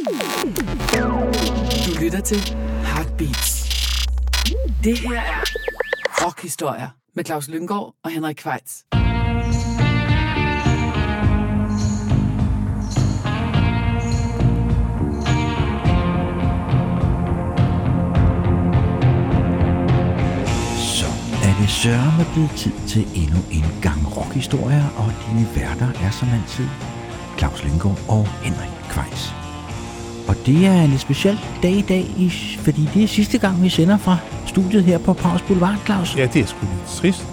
Du lytter til Heartbeats. Det her er rockhistorier med Claus Lynggaard og Henrik Queitz. Det sørme blevet tid til endnu en gang rockhistorier, og dine værter er som altid Claus Lynggaard og Henrik Queitz. Og det er en lidt speciel dag i dag, fordi det er sidste gang, vi sender fra studiet her på Prags Boulevard, Claus. Ja, det er sgu lidt trist.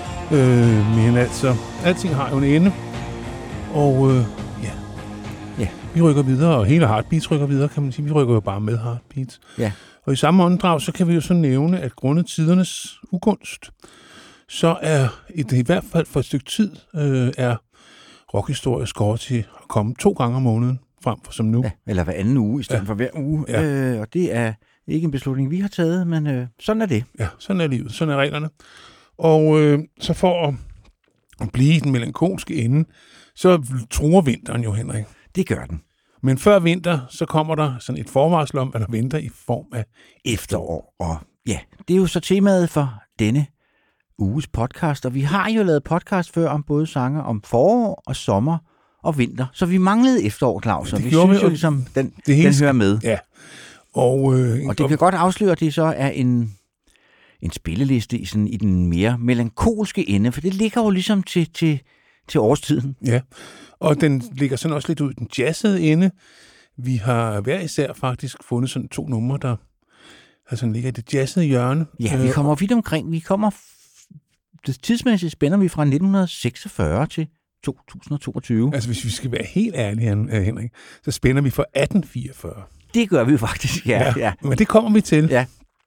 Men altså, alting har jo en ende. Og ja, vi rykker videre, og hele Heartbeats rykker videre, kan man sige. Vi rykker jo bare med Heartbeats. Ja. Og i samme åndedrag, så kan vi jo så nævne, at grundet tidernes ugunst, så er i hvert fald for et stykke tid, er rockhistorie skåret til at komme 2 gange om måneden, frem for som nu. Ja, eller hver anden uge, i stedet for hver uge. Ja. Og det er ikke en beslutning, vi har taget, men sådan er det. Ja, sådan er livet, sådan er reglerne. Og så for at blive i den melankolske ende, så truer vinteren jo, Henrik. Det gør den. Men før vinter, så kommer der sådan et forvarsel om, hvad der venter i form af efterår. Og ja, det er jo så temaet for denne uges podcast, og vi har jo lavet podcast før om både sange om forår og sommer og vinter, så vi manglede efterår, Claus, og vi synes jo ligesom, den hører med. Ja. Og det kan godt afsløre, at det så er en spilleliste i den mere melankolske ende, for det ligger jo ligesom til årstiden. Ja, og den ligger sådan også lidt ud i den jazzede ende. Vi har hver især faktisk fundet sådan 2 numre, der altså ligger i det jazzede hjørne. Ja, vi kommer vidt omkring. Tidsmæssigt spænder vi fra 1946 til 2022. Altså, hvis vi skal være helt ærlige, Henrik, så spænder vi fra 1844. Det gør vi jo faktisk, ja. Men det kommer vi til. Ja.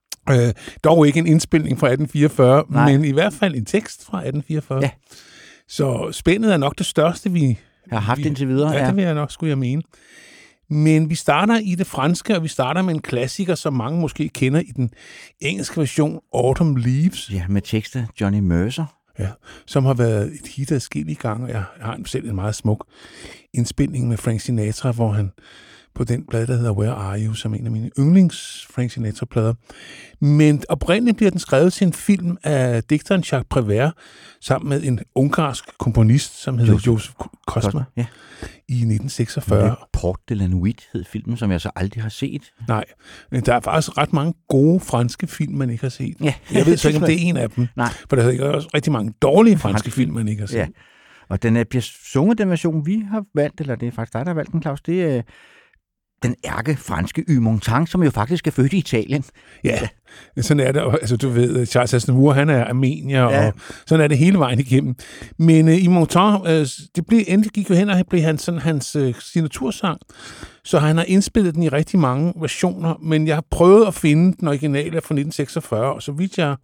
Dog ikke en indspilning fra 1844, Nej. Men i hvert fald en tekst fra 1844. Ja. Så spændet er nok det største, vi har haft indtil videre. Ja, det vil jeg nok, skulle jeg mene. Men vi starter i det franske, og vi starter med en klassiker, som mange måske kender i den engelske version, Autumn Leaves. Ja, med tekster Johnny Mercer. Ja, som har været et hit adskillige gange. Jeg har selv en meget smuk indspilning med Frank Sinatra, hvor han på den plade, der hedder Where Are You, som en af mine yndlings Frank Sinatra-plader. Men oprindeligt bliver den skrevet til en film af digteren Jacques Prévert, sammen med en ungarsk komponist, som hedder Joseph Kosma, ja. I 1946. Port de la Nuit hed filmen, som jeg så aldrig har set. Nej, men der er faktisk ret mange gode franske film, man ikke har set. Ja. Jeg ved så ikke, om det er en af dem. Nej. For der er også rigtig mange dårlige franske film, man ikke har set. Ja. Og den bliver sunget, den version, vi har valgt, eller det er faktisk dig, der har valgt den, Claus, det er den ærke-franske Y Montagne, som jo faktisk er født i Italien. Ja, sådan er det. Altså, du ved, Charles Aznavour, han er armenier, og sådan er det hele vejen igennem. Men Y Montagne, endelig gik jo hen og blev hans signatursang. Så han har indspillet den i rigtig mange versioner, men jeg har prøvet at finde den originale fra 1946, og så vidt jeg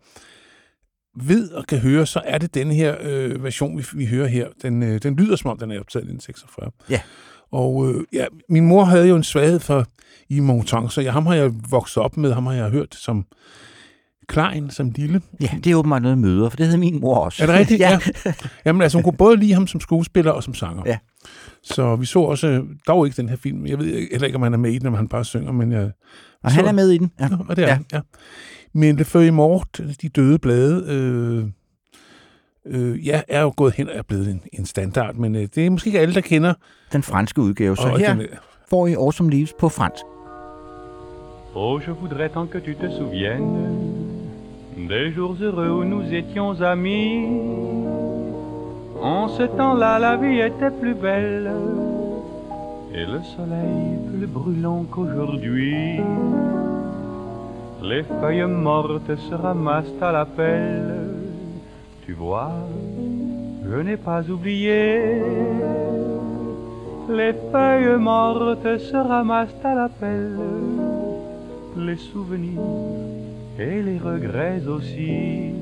ved og kan høre, så er det den her version, vi hører her. Den lyder som om, den er optaget i 1946. Ja. Og min mor havde jo en svaghed for Y Montagne, så ham har jeg vokset op med, ham har jeg hørt som klein, som lille. Ja, det er åbenbart noget møder, for det havde min mor også. Er det rigtigt? Ja. Jamen altså, hun kunne både lide ham som skuespiller og som sanger. Ja. Så vi så også, dog ikke den her film, jeg ved heller ikke, om han er med i den, om han bare synger, men og han er med i den. Ja, og det er ja. Men Le Feuille Morte, de døde blade, er jo gået hen og er blevet en standard, men det er måske ikke alle, der kender den franske udgave. Så her får I Autumn Leaves på fransk. Oh, je voudrais tant que tu te souviennes des jours heureux où nous étions amis. En ce temps-là, la vie était plus belle et le soleil plus brûlant qu'aujourd'hui. Les feuilles mortes se ramassent à la pelle. Tu vois, je n'ai pas oublié. Les feuilles mortes se ramassent à la pelle. Les souvenirs et les regrets aussi.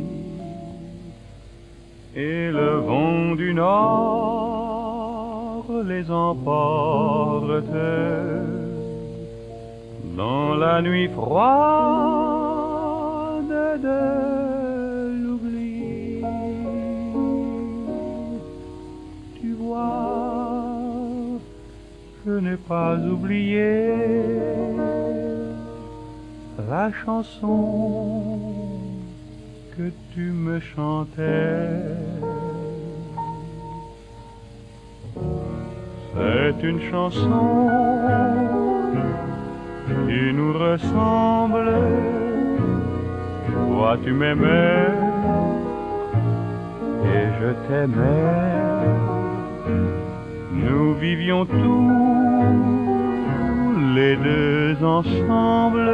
Et le vent du nord les emporte dans la nuit froide de l'oubli. Tu vois, je n'ai pas oublié la chanson que tu me chantais. C'est une chanson qui nous ressemble. Toi tu m'aimais et je t'aimais. Nous vivions tous les deux ensemble.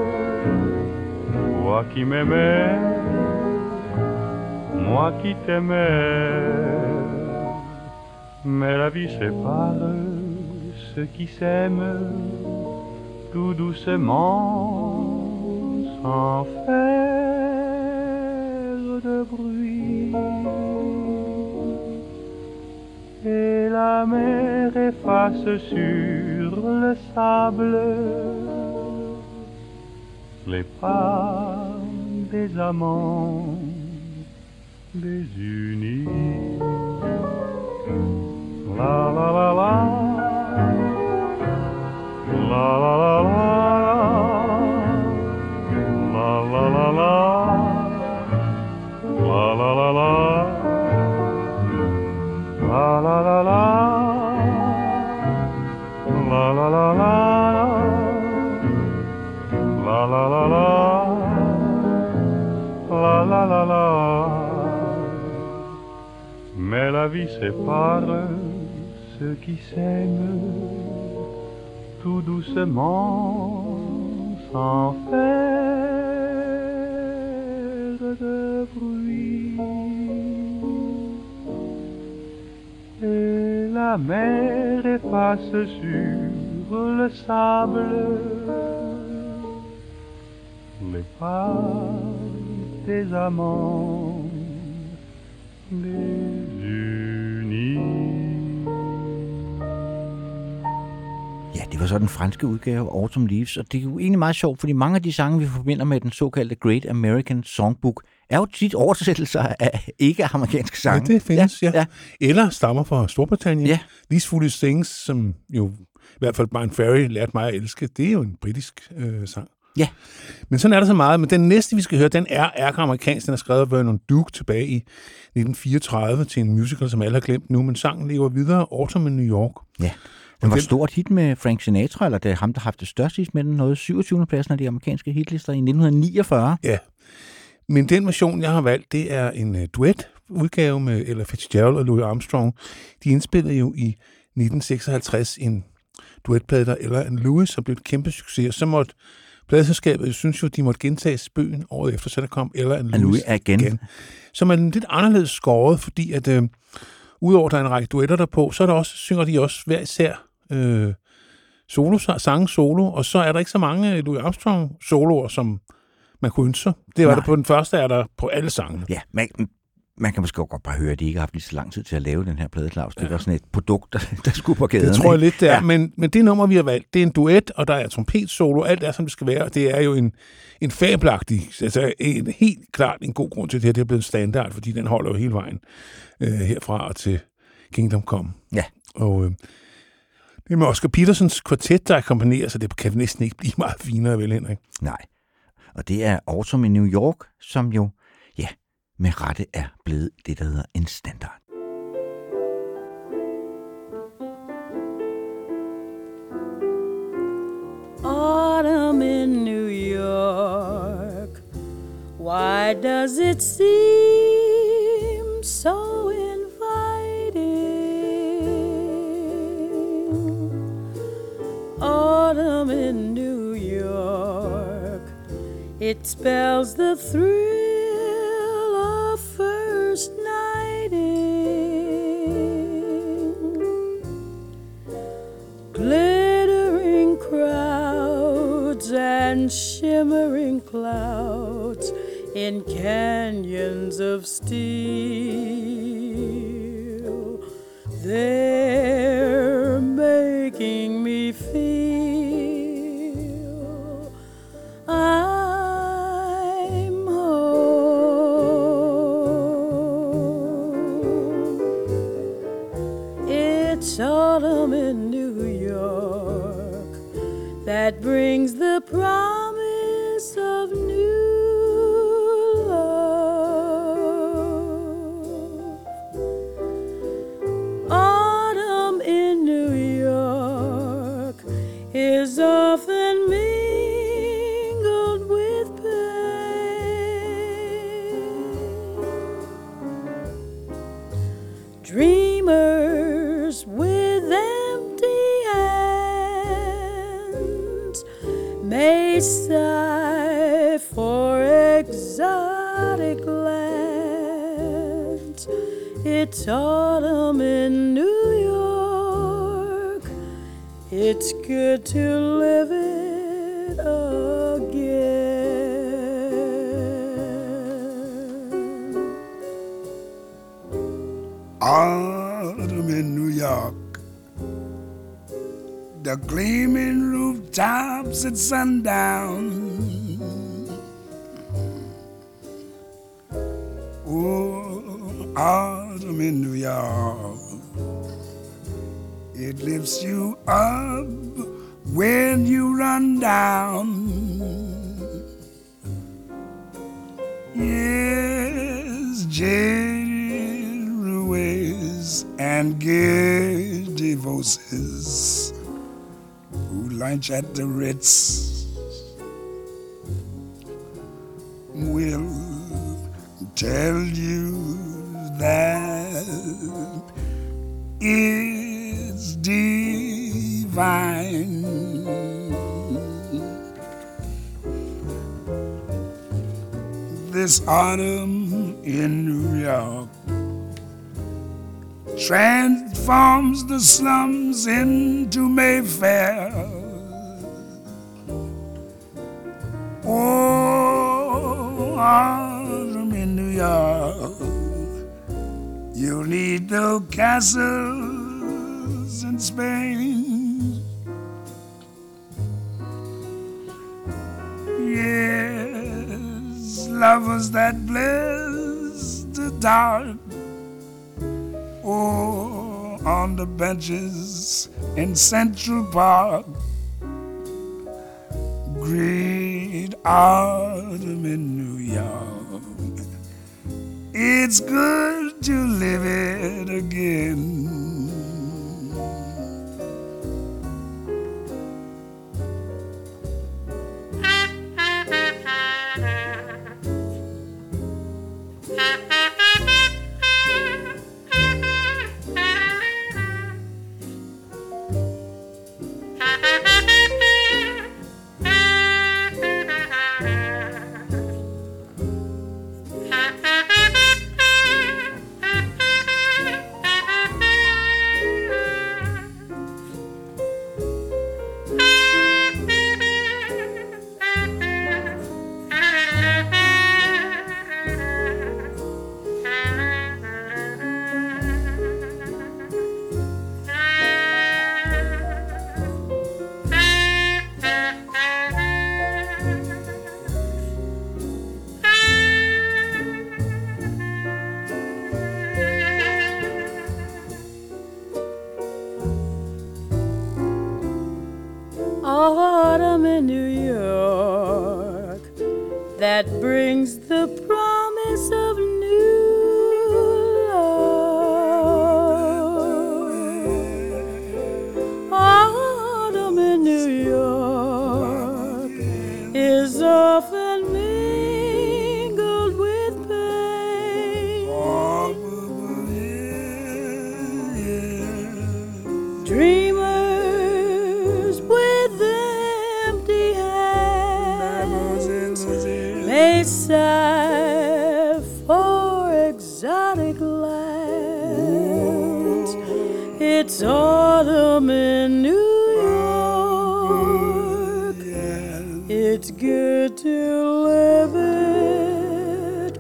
Toi qui m'aimais, moi qui t'aimais. Mais la vie sépare ceux qui s'aiment tout doucement, sans faire de bruit. Et la mer efface sur le sable les pas des amants désunis. La la la la, la la la la, la la la la, la la la la, la la la la, la la la la, la la la la, la la la la. Mais la vie sépare ceux qui s'aiment tout doucement, sans faire de bruit. Et la mer efface sur le sable les pas des amants désunis. Ja, det var så den franske udgave af Autumn Leaves, og det er jo egentlig meget sjovt, fordi mange af de sange, vi forbinder med den såkaldte Great American Songbook, er jo tit oversættelser af ikke-amerikanske sange. Ja, det findes, ja. Eller stammer fra Storbritannien. Ja. These Foolish Things, som jo i hvert fald Brian Ferry lærte mig at elske, det er jo en britisk sang. Ja. Men sådan er der så meget. Men den næste, vi skal høre, den er amerikansk. Den er skrevet af Vernon Duke tilbage i 1934 til en musical, som alle har glemt nu. Men sangen lever videre. Autumn in New York. Ja. Den var stort hit med Frank Sinatra, eller det er ham, der har haft det største hit med den, noget 27. pladsen af de amerikanske hitlister i 1949. Ja. Men den version, jeg har valgt, det er en duet-udgave med Ella Fitzgerald og Louis Armstrong. De indspillede jo i 1956 en duetplade, der Ella and Louis, som blev et kæmpe succes. Så måtte pladeselskabet, jeg synes jo, de måtte gentage spøgen året efter, så der kom Ella and Louis igen. Som er lidt anderledes skåret, fordi at udover der er en række duetter derpå, så er der også, synger de også hver især sange solo, og så er der ikke så mange Louis Armstrong soloer, som man kunne ønske. Det var der på den første, er der på alle sangene. Ja, man kan måske godt bare høre, at de ikke har haft lige så lang tid til at lave den her plade, Claus. Det var sådan et produkt, der skulle på gaden. Det tror jeg lidt, det er. Ja. Men det nummer, vi har valgt, det er en duet, og der er trompetsolo, alt er, som det skal være, og det er jo en fabelagtig, altså helt klart en god grund til, at det her det er blevet en standard, fordi den holder jo hele vejen herfra og til Kingdom Come. Ja. Og det er med Oscar Petersens kvartet, der akkompagnerer, så det kan næsten ikke blive meget finere, vel, Henrik? Nej. Og det er Autumn i New York, som jo, ja, med rette er blevet det, der hedder en standard. Autumn in New York, why does it seem so inviting? Autumn in New York, it spells the thrill of first nighting. Glittering crowds and shimmering clouds in canyons of steel. They're making me feel I'm home. It's autumn in New York. that brings the promise of new love. Autumn in New York is often mingled with pain. Dreamers with empty hands may sigh for exotic lands. It's autumn in New York. It's good to live it again. Autumn in New York. The gleaming rooftops at sundown. Oh, autumn in New York. It lifts you up when you run down. Yes, jaded ruins and giddy voices who lunch at the Ritz will tell you that it's divine. This autumn in New York transforms the slums into Mayfair. Oh, autumn in New York. You'll need no castles in Spain. Yes, lovers that bless the dark. Oh, on the benches in Central Park. Great autumn in New York. It's good to live it again. Autumn in New York that brings the promise of new love. Autumn in New York is often mingled with pain. Dreamers with empty hands may sigh for exotic lands. It's autumn in New York. It's good to live it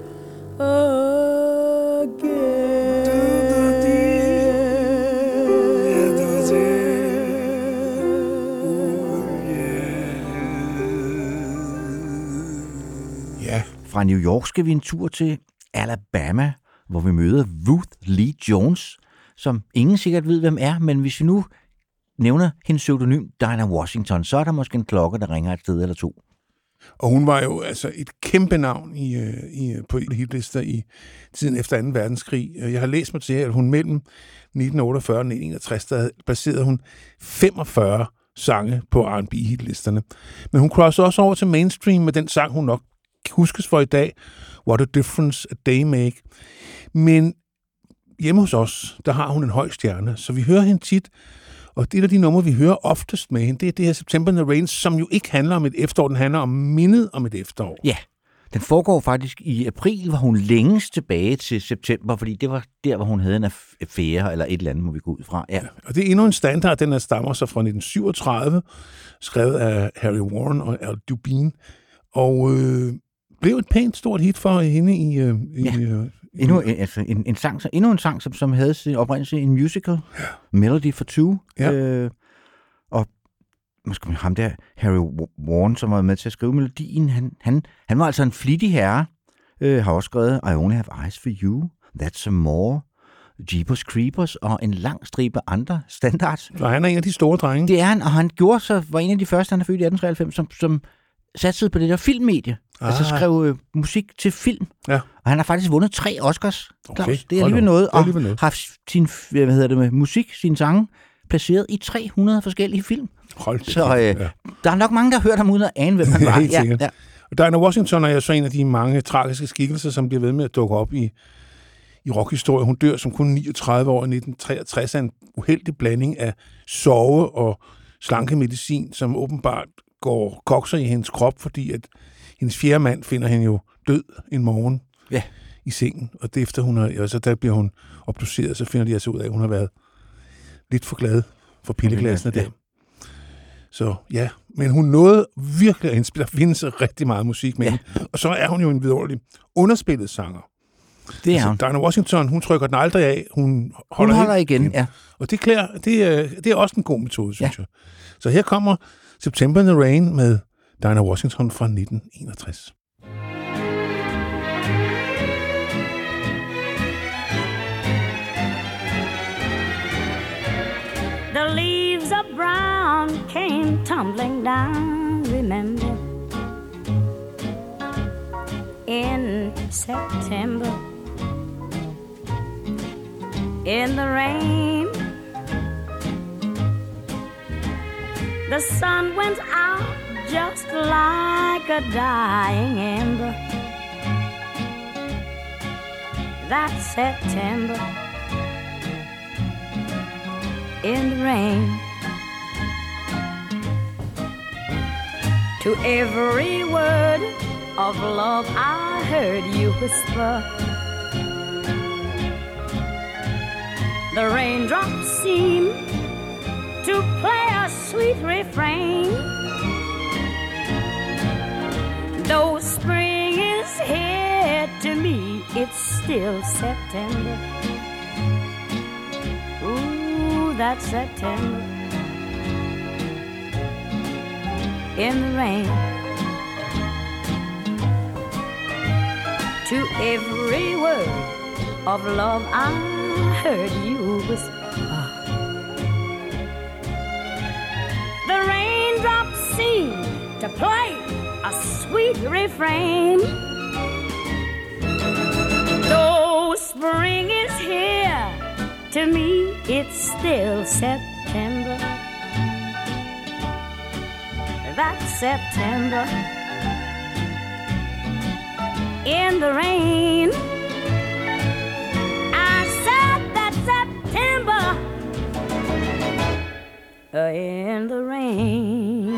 Fra New York skal vi en tur til Alabama, hvor vi møder Ruth Lee Jones, som ingen sikkert ved, hvem er, men hvis vi nu nævner hendes pseudonym Dinah Washington, så er der måske en klokke, der ringer et sted eller to. Og hun var jo altså et kæmpe navn på hitlister i tiden efter 2. verdenskrig. Jeg har læst mig til, at hun mellem 1948 og 1961, der baserede hun 45 sange på R&B-hitlisterne. Men hun crossede også over til mainstream med den sang, hun nok huskes for i dag, What a Difference a Day Make. Men hjemme hos os, der har hun en høj stjerne, så vi hører hende tit, og det er de numre, vi hører oftest med hende, det er det her September in the Rain, som jo ikke handler om et efterår, den handler om mindet om et efterår. Ja, den foregår faktisk i april, hvor hun længes tilbage til september, fordi det var der, hvor hun havde en affære, eller et eller andet, må vi gå ud fra. Ja. Og det er endnu en standard, den stammer sig fra 1937, skrevet af Harry Warren og Al Dubin, og blev et pænt stort hit for hende Endnu en sang, som havde sin oprindelse i en musical, Melody for Two. Ja. Og måske ham der, Harry Warren, som var med til at skrive melodien, han var altså en flittig herre. Har også skrevet I Only Have Eyes for You, That's Some More, Jeepers Creepers og en lang stribe andre standards. Og han er en af de store drenge. Det er han, og han var en af de første, han er født i 1893, som satsede på det der filmmedie. Altså skrev musik til film. Ja. Og han har faktisk vundet 3 Oscars, Claus. Okay. Det er alligevel noget. Og haft sin, musik, sine sange, placeret i 300 forskellige film. Så der er nok mange, der har hørt ham uden at ane, hvem han var. Ja. Og Dinah Washington er jo så en af de mange tragiske skikkelser, som bliver ved med at dukke op i rockhistorie. Hun dør som kun 39 år i 1963 af en uheldig blanding af sove- og slankemedicin, som åbenbart kokser i hendes krop, fordi at hendes fjerde mand finder hende jo død en morgen i sengen, og det efter så der bliver hun obduceret, så finder de altså ud af, at hun har været lidt for glad for pilleglassene der. Så ja, men hun nåede virkelig at indspille, der findes rigtig meget musik med hende, og så er hun jo en vidunderlig underspillet sanger. Det er hun. Dinah Washington, hun trykker den aldrig af, hun holder igen, ja. Og det er også en god metode, synes jeg. Så her kommer September in the Rain med Dinah Washington fra 1961. The leaves of brown came tumbling down, remember, in September, in the rain. The sun went out just like a dying ember. That September in the rain. To every word of love I heard you whisper, the raindrops seemed to play a sweet refrain. Though spring is here, to me it's still September. Ooh, that's September in the rain. To every word of love I heard you whisper, the raindrops seem to play a sweet refrain. Though spring is here, to me it's still September. That's September in the rain. I said that's September in the rain.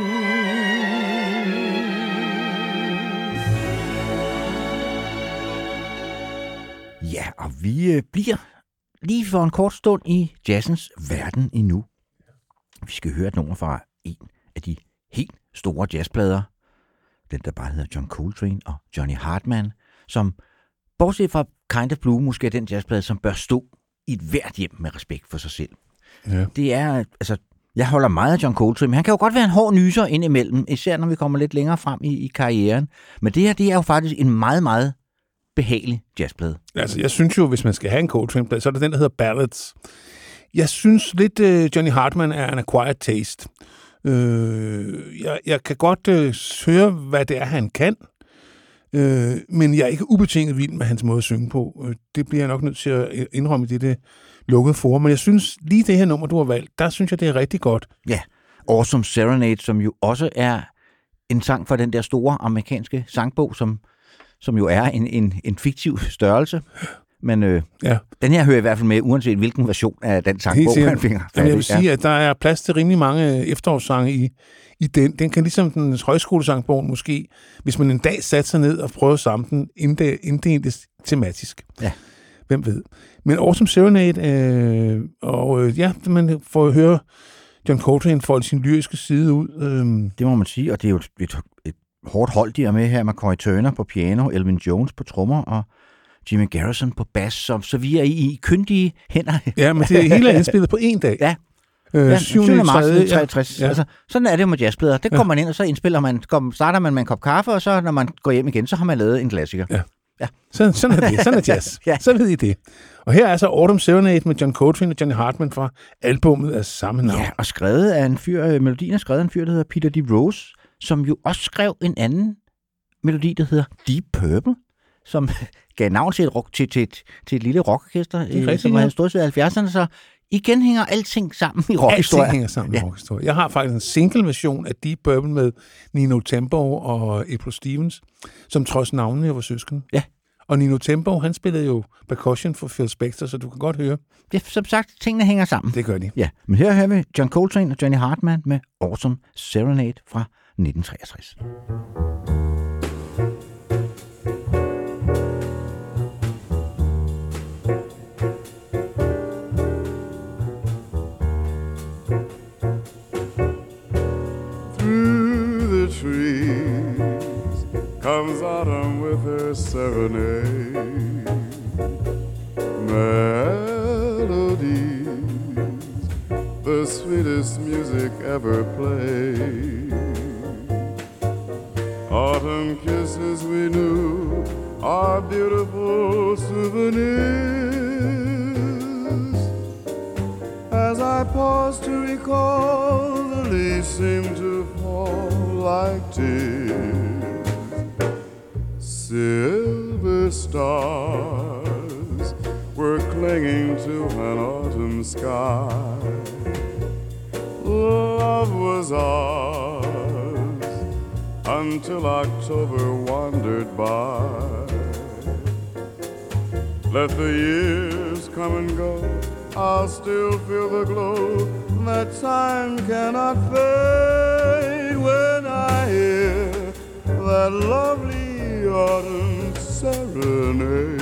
Ja, og vi bliver lige for en kort stund i jazzens verden endnu. Vi skal høre et nummer fra en af de helt store jazzplader. Den, der bare hedder John Coltrane og Johnny Hartman, som, bortset fra Kind of Blue, måske er den jazzplade, som bør stå i et hvert hjem med respekt for sig selv. Ja. Det er, altså, jeg holder meget af John Coltrane, men han kan jo godt være en hård nyser indimellem, især når vi kommer lidt længere frem i karrieren. Men det her, det er jo faktisk en meget, meget behagelig jazzplade. Altså, jeg synes jo, hvis man skal have en Coltrane-plade, så er det den, der hedder Ballads. Jeg synes lidt, Johnny Hartman er en acquired taste. Jeg kan godt høre, hvad det er, han kan, men jeg er ikke ubetinget vild med hans måde at synge på. Det bliver jeg nok nødt til at indrømme i det lukkede forum. Men jeg synes, lige det her nummer, du har valgt, der synes jeg, det er rigtig godt. Ja, Awesome Serenade, som jo også er en sang fra den der store amerikanske sangbog, som jo er en fiktiv størrelse. Men den her hører i hvert fald med, uanset hvilken version af den sangbog, man finder. Jeg vil sige, at der er plads til rimelig mange efterårssange i den. Den kan ligesom den højskolesangbogen måske, hvis man en dag satte sig ned og prøvede at samle den, inddeles tematisk. Ja. Hvem ved. Men Awesome Serenade, man får høre John Coltrane folde sin lyriske side ud. Det må man sige, og det er jo et hårdt hold, de er med her. McCoy Turner på piano, Elvin Jones på trommer og Jimmy Garrison på bas, så vi er i kyndige hænder. Ja, men det hele er indspillet på en dag. Ja. 7. marts 1963. Ja. Altså, sådan er det jo med jazzplader. Det går man ind, og så indspiller man, starter man med en kop kaffe, og så når man går hjem igen, så har man lavet en klassiker. Ja. Sådan er det. Sådan er jazz. Ja. Så ved I det. Og her er så Autumn Serenade med John Coltrane og Johnny Hartman fra albummet af samme navn. Ja, og skrevet af en fyr, melodien er skrevet af en fyr, der hedder Peter D. Rose, som jo også skrev en anden melodi, der hedder Deep Purple, som gav navn til et lille rockorkester, som havde stået ved 70'erne, så igen hænger alting sammen i rockhistorie. Alting hænger sammen i rockhistorie. Jeg har faktisk en single-version af Deep Purple med Nino Tempo og April Stevens, som trods navnene var søskende. Ja. Og Nino Tempo, han spillede jo percussion for Phil Spector, så du kan godt høre. Ja, som sagt, tingene hænger sammen. Det gør de. Ja, men her hører vi John Coltrane og Johnny Hartman med Awesome Serenade fra 1963. Comes autumn with her serenade, melodies, the sweetest music ever played. Autumn kisses we knew are beautiful souvenirs. As I pause to recall, the leaves seem to fall like tears. Silver stars were clinging to an autumn sky. Love was ours until October wandered by. Let the years come and go, I'll still feel the glow that time cannot fade when I hear that lovely autumn serenade.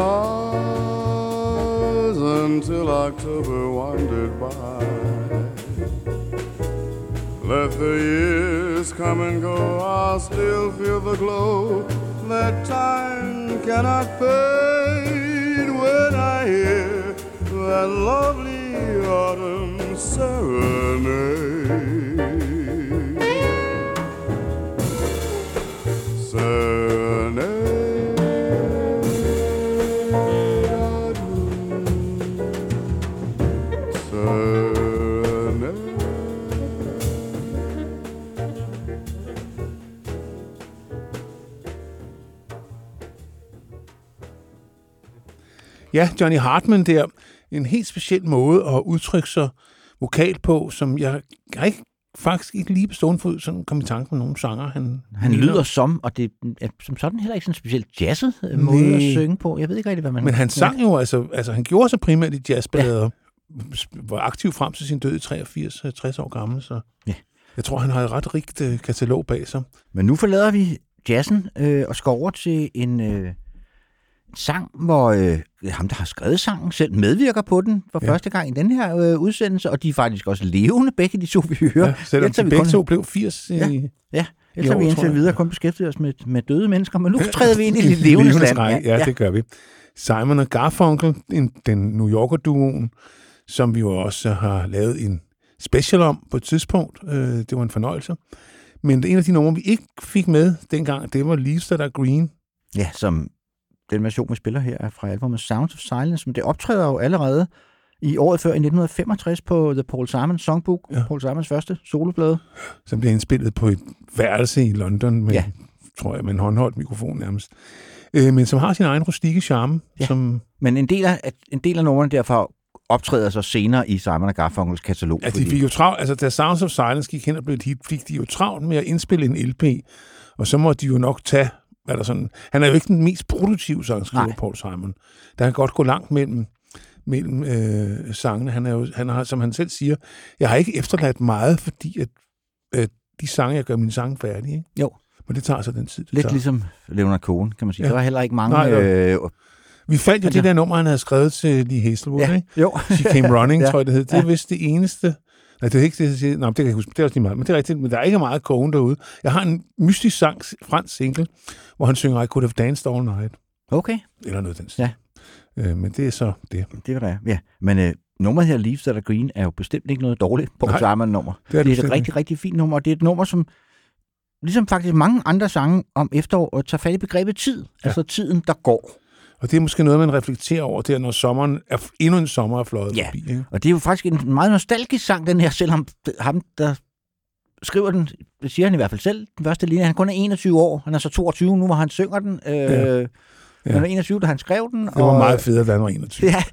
stars until October wandered by. Let the years come and go, I'll still feel the glow that time cannot fade when I hear that lovely autumn serenade. Ja, Johnny Hartman der. En helt speciel måde at udtrykke sig vokalt på, som jeg faktisk ikke lige på stående fod sådan kom i tanke med nogle sanger. Han lyder som, og det er som sådan heller ikke sådan en specielt jazzet måde at synge på. Jeg ved ikke rigtig, hvad man... Men han sang jo, altså han gjorde sig primært i jazzballader. Var aktiv frem til sin død i 83, 60 år gammel, så jeg tror, han har et ret rigt katalog bag sig. Men nu forlader vi jazzen og skal over til en sang, hvor ham, der har skrevet sangen, selv medvirker på den for første gang i den her udsendelse, og de er faktisk også levende, begge de to, vi hører. Ja, selvom de begge to blev 80 ellers har vi indtil videre kun beskæftiget os med døde mennesker, men nu træder vi ind i det levende land. Ja, det gør vi. Simon og Garfunkel, den New Yorker-duoen, som vi jo også har lavet en special om på et tidspunkt. Det var en fornøjelse. Men en af de numre, vi ikke fik med dengang, det var Leaves That Are Green. Ja, som den version, vi spiller her, er fra albumet Sounds of Silence, men det optræder jo allerede i året før, i 1965, på The Paul Simon Songbook, Paul Simons første soloplade. Som bliver indspillet på et værelse i London, med, tror jeg, med en håndholdt mikrofon nærmest. Men som har sin egen rustikke charme. Ja. Men en del af numrene derfra optræder så senere i Simon & Garfunkels katalog. Ja, de fik jo travlt, altså da Sounds of Silence gik hen og blev et hit, fik de jo travlt med at indspille en LP, og så må de jo nok tage, han er jo ikke den mest produktive sangskriver, Paul Simon. Der kan godt gå langt mellem sangene. Han har, som han selv siger, jeg har ikke efterladt meget, fordi at de sange, jeg gør mine sange færdige. Ikke? Jo. Men det tager så den tid. Lidt ligesom Leonard Cohen, kan man sige. Ja. Der var heller ikke mange... Vi fandt jo det der nummer, han havde skrevet til Lee Hazelwood, ikke? Jo. She Came Running, tror jeg, det hed. Det er vist det eneste... Nej, det er ikke det, jeg siger. Nej, det kan jeg huske. Det er også lige meget. Men det er rigtigt. Men der er ikke meget Cohen derude. Jeg har en mystisk sang, fransk single, hvor han synger I Could Have Danced All Night. Okay. Eller noget den stil. Ja. Men det er så det. Det var det, ja. Men nummeret her, Leaves That Are Green, er jo bestemt ikke noget dårligt på Simon-nummer. Det er et rigtig, rigtig fint nummer. Det er et nummer, som ligesom faktisk mange andre sange om efterår tager fat i begrebet tid. Ja. Altså tiden, der går. Og det er måske noget, man reflekterer over, det er, når sommeren endnu en sommer er fløjet forbi. Ikke? Og det er jo faktisk en meget nostalgisk sang, den her, selvom ham, der skriver den, det siger han i hvert fald selv, den første linje, han kun er 21 år, han er så 22 nu, hvor han synger den. Han var 21, da han skrev den. Det var meget fedt, da han var 21. Ja.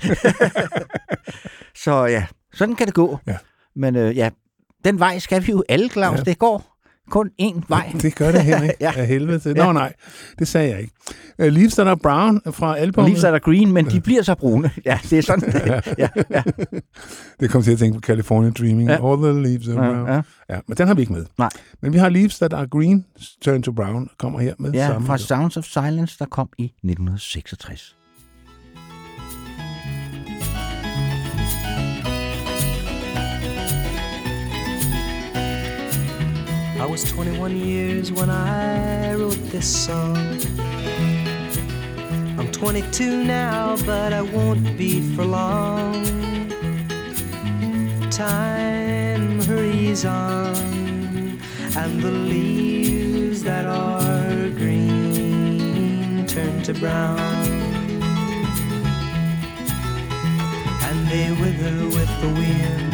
Så ja, sådan kan det gå. Ja. Men den vej skal vi jo alle, Claus. Det går kun én vej. Det gør det, Henrik. Af helvede til. Nå nej, det sagde jeg ikke. Leaves That Are Brown fra albumet. Leaves That Are Green, men de bliver så brune. Ja, det er sådan. Ja. Det kom til at tænke på California Dreaming. All the leaves are brown. Ja, men den har vi ikke med. Nej. Men vi har Leaves That Are Green, Turn to Brown, kommer her med. Ja, fra Sounds of Silence, der kom i 1966. I was 21 years when I wrote this song. I'm 22 now, but I won't be for long. Time hurries on, and the leaves that are green turn to brown, and they wither with the wind,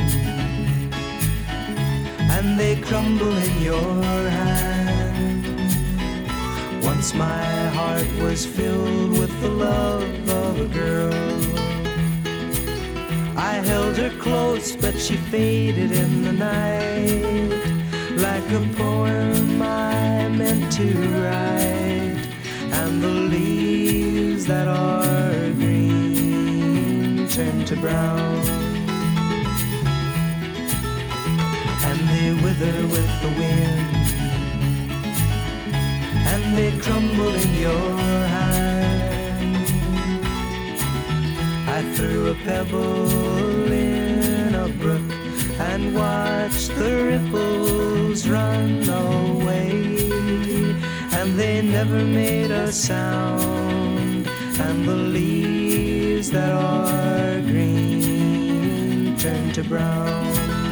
and they crumble in your hand. Once my heart was filled with the love of a girl. I held her close, but she faded in the night, like a poem I meant to write. And the leaves that are green turn to brown, and they wither with the wind, and they crumble in your hand. threw a pebble in a brook and watched the ripples run away, and they never made a sound, and the leaves that are green turned to brown,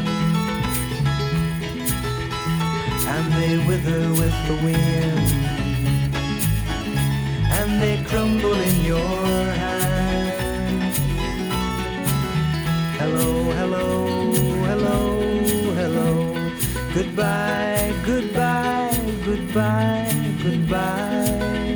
and they wither with the wind, and they crumble in your hand. Hello, hello, hello, hello. Goodbye, goodbye, goodbye, goodbye.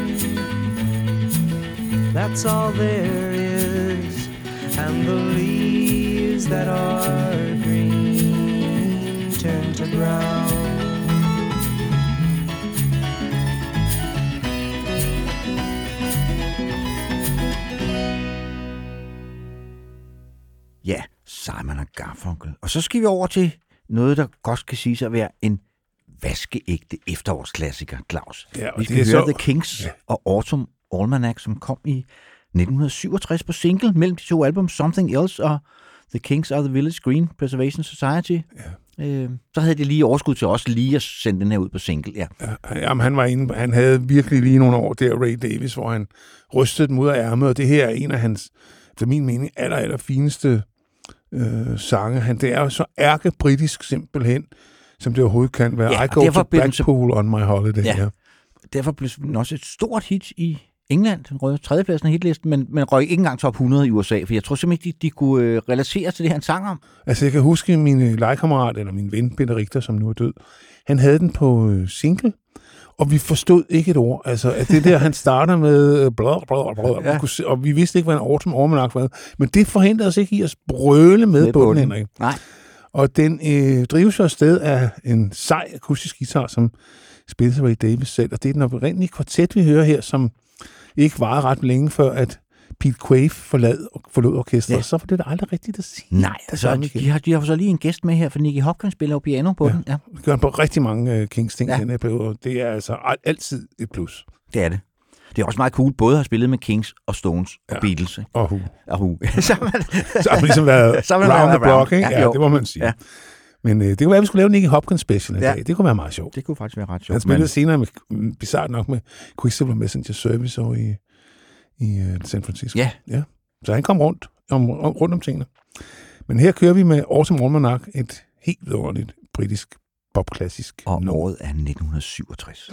That's all there is, and the leaves that are green turn to brown. Ja, Simon og Garfunkel. Og så skal vi over til noget, der godt kan siges at være en vaskeægte efterårsklassiker, Claus. Ja, og vi skal det er høre så... The Kings og Autumn Almanac, som kom i 1967 på single mellem de to album, Something Else og The Kings of the Village Green Preservation Society. Ja. Så havde de lige overskud til også lige at sende den her ud på single. Ja. Jamen, han havde virkelig lige nogle år der, Ray Davies, hvor han rystede dem ud af ærmet, og det her er en af hans, efter min mening, aller fineste sange. Det er jo så ærkebritisk simpelthen, som det overhovedet kan være. Ja, I go to Blackpool on my holiday. Ja. Derfor blev den også et stort hit i England, den røde tredjepladsen af hitlisten, men røg ikke engang top 100 i USA, for jeg tror simpelthen ikke, de kunne relatere til det, han sang om. Altså, jeg kan huske min legekammerat, eller min ven, Peter Richter, som nu er død, han havde den på single, og vi forstod ikke et ord. Altså, at det der, han starter med ja. Og vi vidste ikke, hvad en Autumn Almanac var. Men det forhindrede os ikke i at brøle med på den, Henrik. Nej. Og den drives jo afsted af en sej akustisk guitar, som spilles af Ray Davies selv. Og det er den oprindelige kvartet, vi hører her, som ikke varede ret længe før, at Pete Quaife forlod orkestret. Ja. Så var det da aldrig rigtigt at sige. Nej, altså, de har så lige en gæst med her, for Nicky Hopkins spiller jo piano på den. Ja, det gør han på rigtig mange Kings-ting i den her periode. Det er altså altid et plus. Det er det. Det er også meget cool, både at have spillet med Kings og Stones og Beatles. Og Who. Så har man ligesom været round the block, ikke? Ja, det må man sige. Ja. Men det kunne være, at vi skulle lave en Nicky Hopkins special i dag. Det kunne være meget sjovt. Det kunne faktisk være ret sjovt. Han spillede senere, bizarrt nok, med Quicksilver Messenger Service over i San Francisco. Ja. Så han kom rundt om tingene. Men her kører vi med Autumn Almanac, et helt vidunderligt britisk popklassisk. Og året er 1967.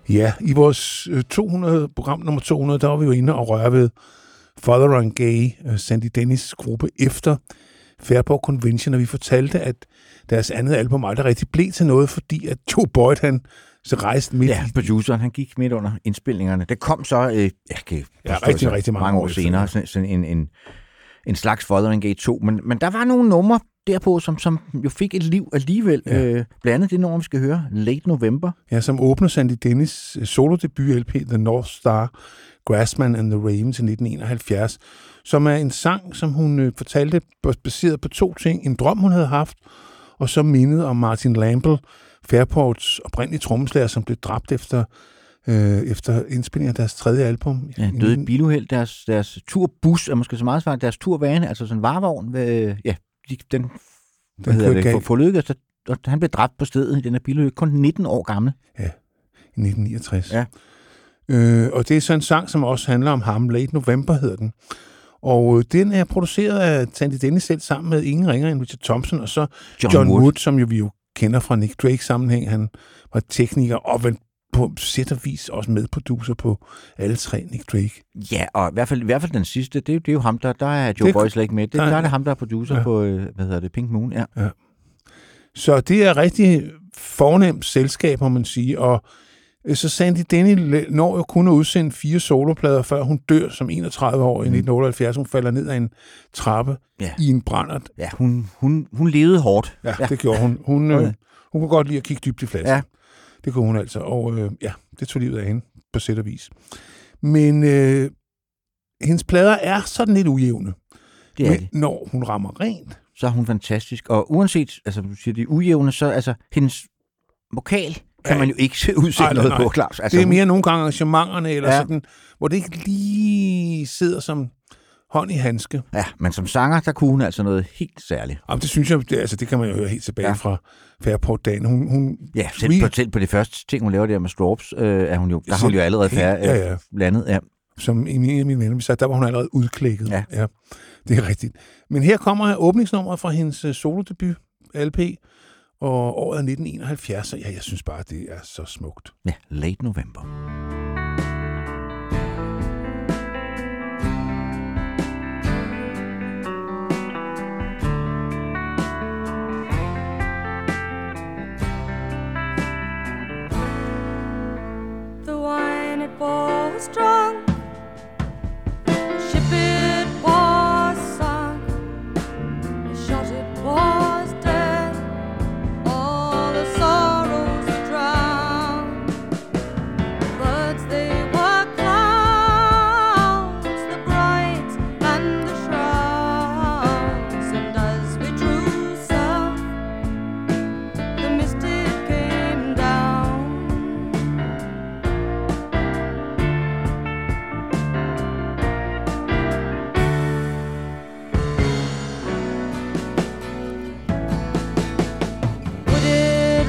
Ja, i vores 200, program nummer 200, der var vi jo inde og røre ved Father and Gay, Sandy Dennis' gruppe efter Fairport Convention, og vi fortalte, at deres andet album aldrig rigtig blev til noget, fordi at Joe Boyd, han så rejste midt Ja, produceren, han gik midt under indspilningerne. Det kom så, rigtig mange år senere, sådan en slags Father and Gay 2, men der var nogle numre derpå, som jo fik et liv alligevel. Ja. Blandt andet det nummer, vi skal høre, Late November. Ja, som åbner Sandy Dennis' solo-debut-LP, The North Star, Grassman and the Ravens i 1971, som er en sang, som hun fortalte, baseret på 2 ting. En drøm, hun havde haft, og så mindet om Martin Lamble, Fairports oprindelige trommeslager, som blev dræbt efter indspillingen af deres 3. album. Ja, døde et biluheld. Deres turbus er måske så meget svaret. Deres turvane, altså sådan en varevogn, den forlykkedes, og han blev dræbt på stedet i den her biluheld, kun 19 år gammel. Ja, i 1969. Ja. Og det er så en sang, som også handler om ham. Late November hedder den. Og den er produceret af Sandy Dennis selv sammen med ingen ringer end Richard Thompson, og så John Wood, som vi jo kender fra Nick Drake-sammenhæng. Han var tekniker og vel på sæt og vis også medproducer på alle 3 Nick Drake. Ja, og i hvert fald den sidste, det er jo ham, der er Joe Boyd slet ikke med. Der er det ham, der er producer på, Pink Moon. Ja. Så det er rigtig fornemt selskab, må man sige, og så Sandy Dennis når jo kun at udsende 4 soloplader, før hun dør som 31 år i 1978. Hun falder ned ad en trappe i en brændert. Ja, hun levede hårdt. Ja, det gjorde hun. Hun kunne godt lide at kigge dybt i flasken. Ja. Det kunne hun altså, og det tog livet af hende på sæt og vis. Men hendes plader er sådan lidt ujævne. Det er det. Når hun rammer rent, så er hun fantastisk. Og uanset, altså du siger, det er ujævne, så altså hendes vokal kan man jo ikke udsætte noget på, Claus. Altså, det er mere nogle gange arrangementerne, eller sådan, hvor det ikke lige sidder som hånd i handske. Ja, men som sanger, der kunne hun altså noget helt særligt. Jamen, det synes jeg, det kan man jo høre helt tilbage fra Fairport-dagen. Hun selv på det første ting, hun laver der med Strawbs, er hun jo, der har hun jo allerede landet. Ja. Som en af mine venner sagde, der var hun allerede udklækket. Ja, det er rigtigt. Men her kommer åbningsnummeret fra hendes solodebut, LP, og året er 1971, og jeg synes bare, det er så smukt. Ja, Late November. The wine it was strong, the ship it was sunk, the shot it was dead, all the sorrows drowned. Birds they were clouds, the brides and the shrouds, and as we drew south, the mist it came down. Would it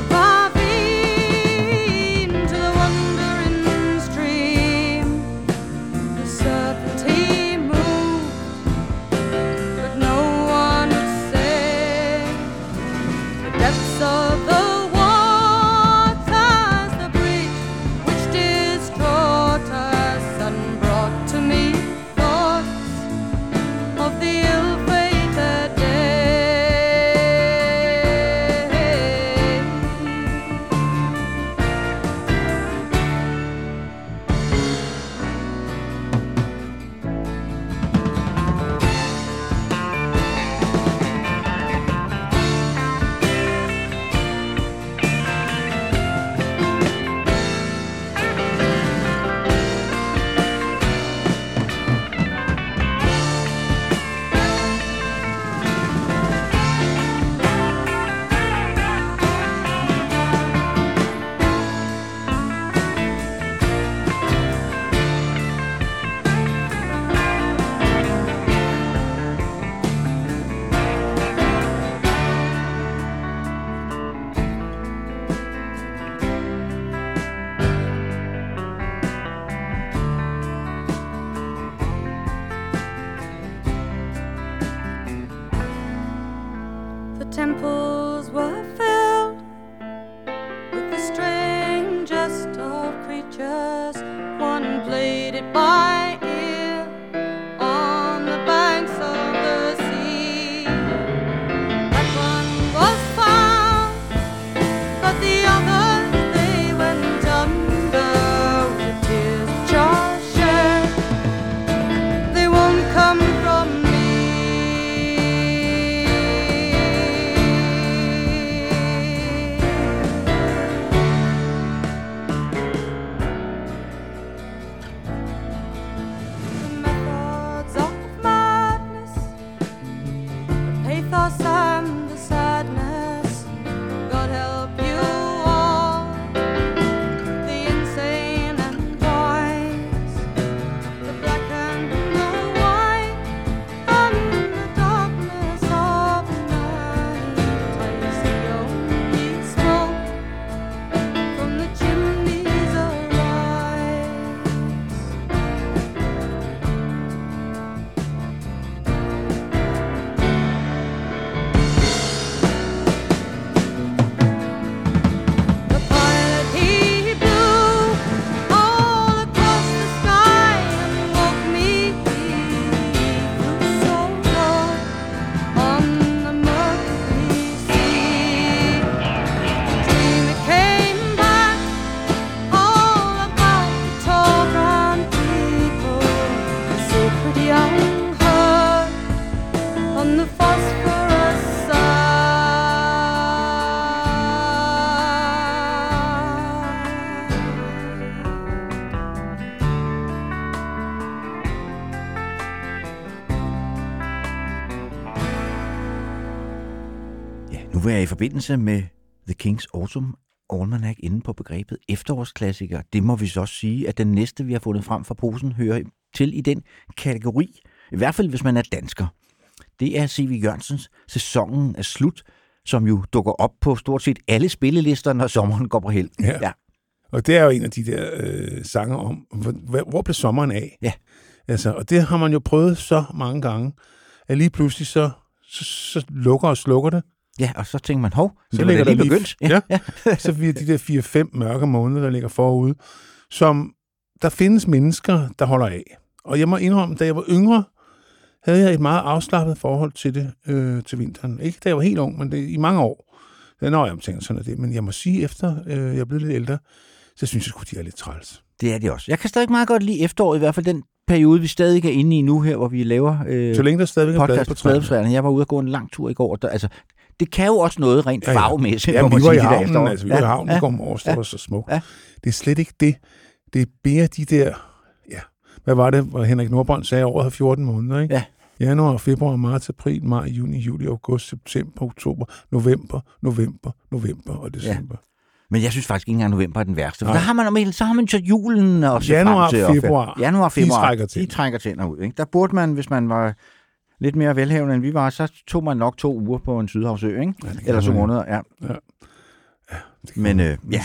ravine to the wandering stream? The certainty moved, but no one would say the depths of the waters, the bridge which distraught us and brought to me thoughts of the ill-fated day. The temples were filled with the strangest of creatures. by ear on the banks of the sea. That one was found, but the others, they went under with tears of Charles shed. They won't come from me. The methods of madness, the pathos and the sadness, God help you all, the insane and wise, the black and the white, and the darkness of night. I see only smoke from the chimneys arise. The pilot he blew all across the sky and woke me through so low on the Mercury Sea. Dream it came back all about the tall brown people, the sacred young herd on the phosphorus side. Ja, nu vil jeg i forbindelse med The King's Autumn Almanac inde på begrebet efterårsklassiker. Det må vi så også sige, at den næste, vi har fundet frem fra posen, hører til i den kategori, i hvert fald hvis man er dansker. Det er C.V. Jørgensens Sæsonen er slut, som jo dukker op på stort set alle spillelister, når sommeren går på held. Ja. Og det er jo en af de der sange om, hvor blev sommeren af? Ja. Altså, og det har man jo prøvet så mange gange, at lige pludselig så lukker og slukker det. Ja, og så tænker man, Så det ligger var da der lige begyndt. Ja. Så vi de der 4-5 mørke måneder, der ligger forude, som der findes mennesker, der holder af. Og jeg må indrømme, da jeg var yngre, havde jeg et meget afslappet forhold til det til vinteren. Ikke da jeg var helt ung, men det, i mange år. Nå, jeg tænker sådan det. Men jeg må sige, efter jeg er blevet lidt ældre, så synes jeg sgu, de er lidt træls. Det er det også. Jeg kan stadig meget godt lide efteråret, i hvert fald den periode, vi stadig er inde i nu her, hvor vi laver så længe der stadigvæk er blade på træerne. Jeg var ude og gå en lang tur i går. Altså, det kan jo også noget rent farvemæssigt. Ja, vi var i havnen, vi var i havnen i går morges, det var så smukt. Ja. Det er slet ikke det. Det er mere de der, hvad var det, hvor Henrik Nordbrandt sagde, året har 14 måneder, ikke? Ja. Januar, februar, marts, april, maj, juni, juli, august, september, oktober, november og december. Ja. Men jeg synes faktisk ikke engang, november er den værste. For der har man så har man så julen og så januar, frem til. Januar, februar, de trækker tænder ud. Ikke? Der burde man, hvis man var lidt mere velhavende end vi var, så tog man nok 2 uger på en sydhavsø, ikke? Ja, eller 2 måneder, ja. Men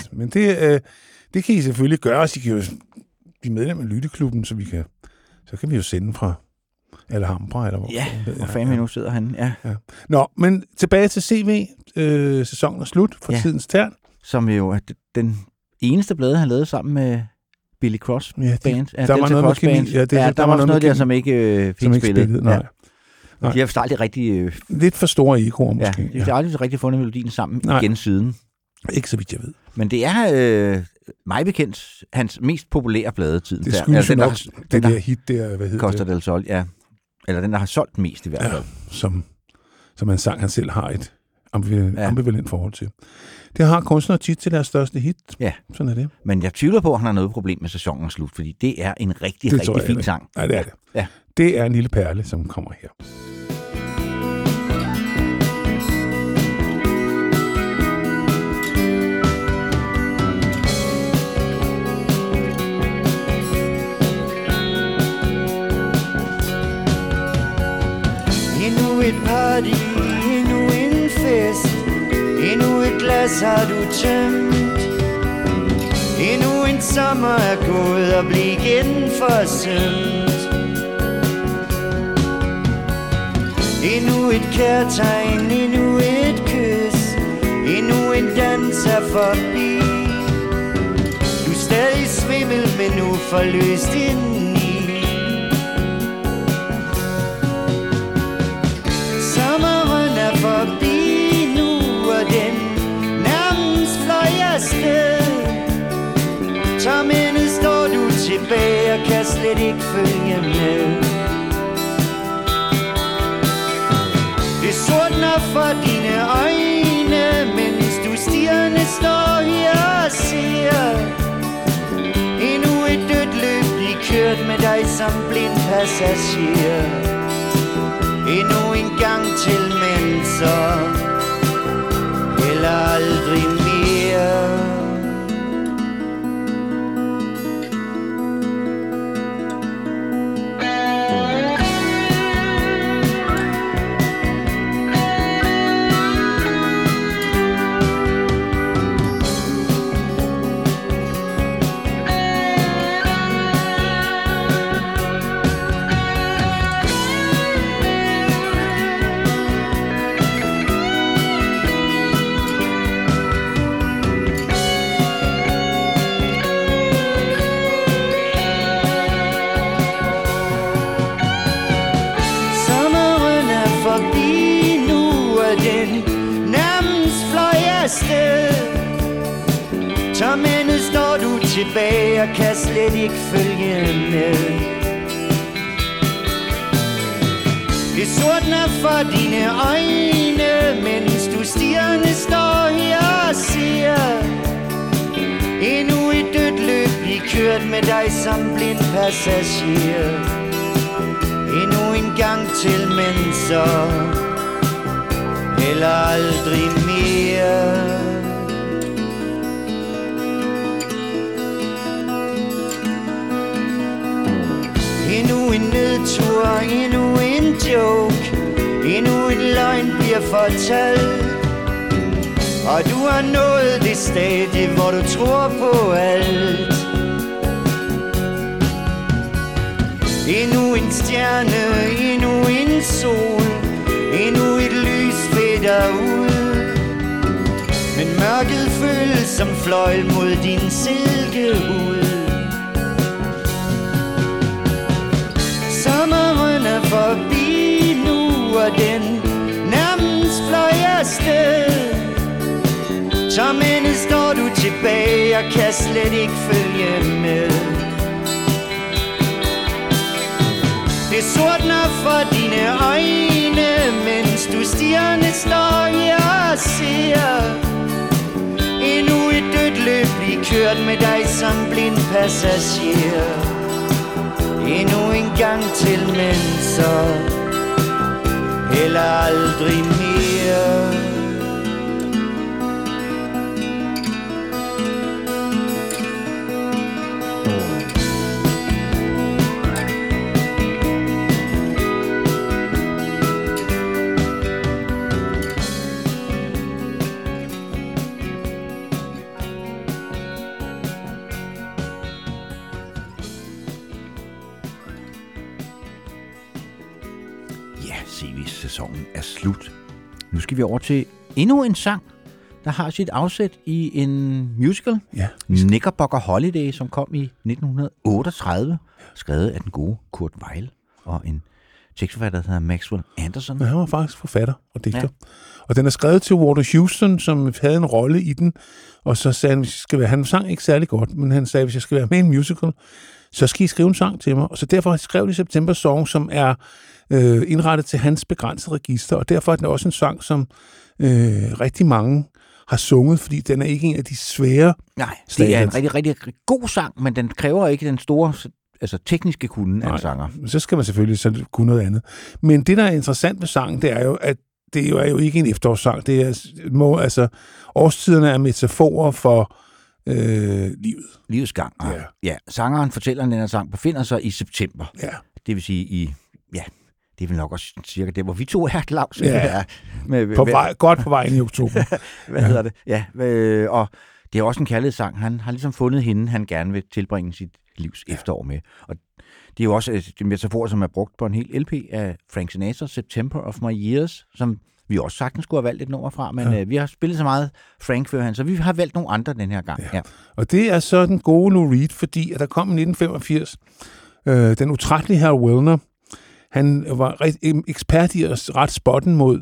det kan I selvfølgelig gøre, så I kan jo blive medlem af Lytteklubben, så kan vi jo sende fra Alhambra, eller hvor. Ja, hvor fanden nu sidder han. Ja. Nå, men tilbage til CV. Sæsonen er slut for tidens tern. Som jo er den eneste blade, han lavede sammen med Billy Cross Band. Der var noget Cross Band. Der var noget der, som ikke fik spillet. Nej. De har aldrig rigtig... lidt for store egoer, måske. Ja, de har aldrig rigtig fundet melodien sammen igen siden. Ikke så vidt jeg ved. Men det er mig bekendt hans mest populære bladetid. Det skyldes jo nok det der hit der, hvad hedder Costa del Sol, ja. Eller den, der har solgt mest i hvert fald. Som en sang, han selv har et ambivalent forhold til. Det har kunstnere tit til deres største hit. Ja. Sådan er det. Men jeg tvivler på, at han har noget problem med Sæsonen slut, fordi det er en rigtig fin sang. Nej, det er det. Ja. Det er en lille perle, som kommer her. Endnu et party, endnu en fest, endnu et glas har du tømt. Endnu en sommer er gået og blev igen forsømt. Endnu et kærtegn, endnu et kys, endnu en dans er forbi. Du er stadig svimmel, men nu forløst indeni. slet ikke følge med. Det sortner for dine øjne, mens du stirrende står her og ser. Endnu et dødt løb lige kørt med dig som blind passager. Endnu en gang til, men så heller aldrig mere. Som ende står du tilbage og kan slet ikke følge med. Det sortner for dine øjne, mens du stirrende står her og ser. Endnu et dødt løb lige kørt med dig som blind passager. Endnu en gang til, men så heller aldrig mere. Endnu en nedtur, endnu en joke, endnu en løgn bliver fortalt. Og du har nået det stadie, hvor du tror på alt. Endnu en stjerne, endnu en sol, endnu et lys fætter ud. Men mørket føles som fløjl mod din silkehud. Sommeren er forbi nu, og den nærmest fløj afsted. Som ende står du tilbage og kan slet ikke følge med. Det sortner for dine øjne, mens du stirrende står her og ser. Endnu et dødt løb lige kørt med dig som blind passager. Endnu en gang til, men så heller aldrig mere. Sæsonen er slut. Nu skal vi over til endnu en sang, der har sit afsæt i en musical. Ja. Knickerbocker Holiday, som kom i 1938, skrevet af den gode Kurt Weill og en tekstforfatter, der hedder Maxwell Anderson. Ja, han var faktisk forfatter og digter. Ja. Og den er skrevet til Walter Houston, som havde en rolle i den, og så sagde han, han sang ikke særlig godt, men han sagde, hvis jeg skal være med i en musical, så skal I skrive en sang til mig. Og så derfor skrev de September Song, som er indrettet til hans begrænsede register, og derfor er den også en sang, som rigtig mange har sunget, fordi den er ikke en af de svære. Nej, det er en rigtig, rigtig god sang, men den kræver ikke den store tekniske kunde af en sanger. Så skal man selvfølgelig så kunne noget andet. Men det, der er interessant ved sangen, det er jo, at det er jo ikke en efterårssang. Det er, årstiderne er metaforer for livet. Livets gang. Ja, sangeren fortæller, at den her sang befinder sig i september. Ja. Det vil sige det er vel nok også cirka det, hvor vi to er, Claus. Ja, godt på vejen i oktober. Hvad hedder det? Ja, og det er også en kærlighedssang. Han har ligesom fundet hende, han gerne vil tilbringe sit livs efterår med. Og det er jo også en metafor, som er brugt på en hel LP af Frank Sinatra, September of My Years, som vi også sagtens skulle have valgt et nummer fra, men vi har spillet så meget Frank før han, så vi har valgt nogle andre den her gang. Ja. Og det er så den gode Lou Reed, fordi at der kom i 1985 den utrættelige Harold Wilner. Han var ekspert i at rette spotten mod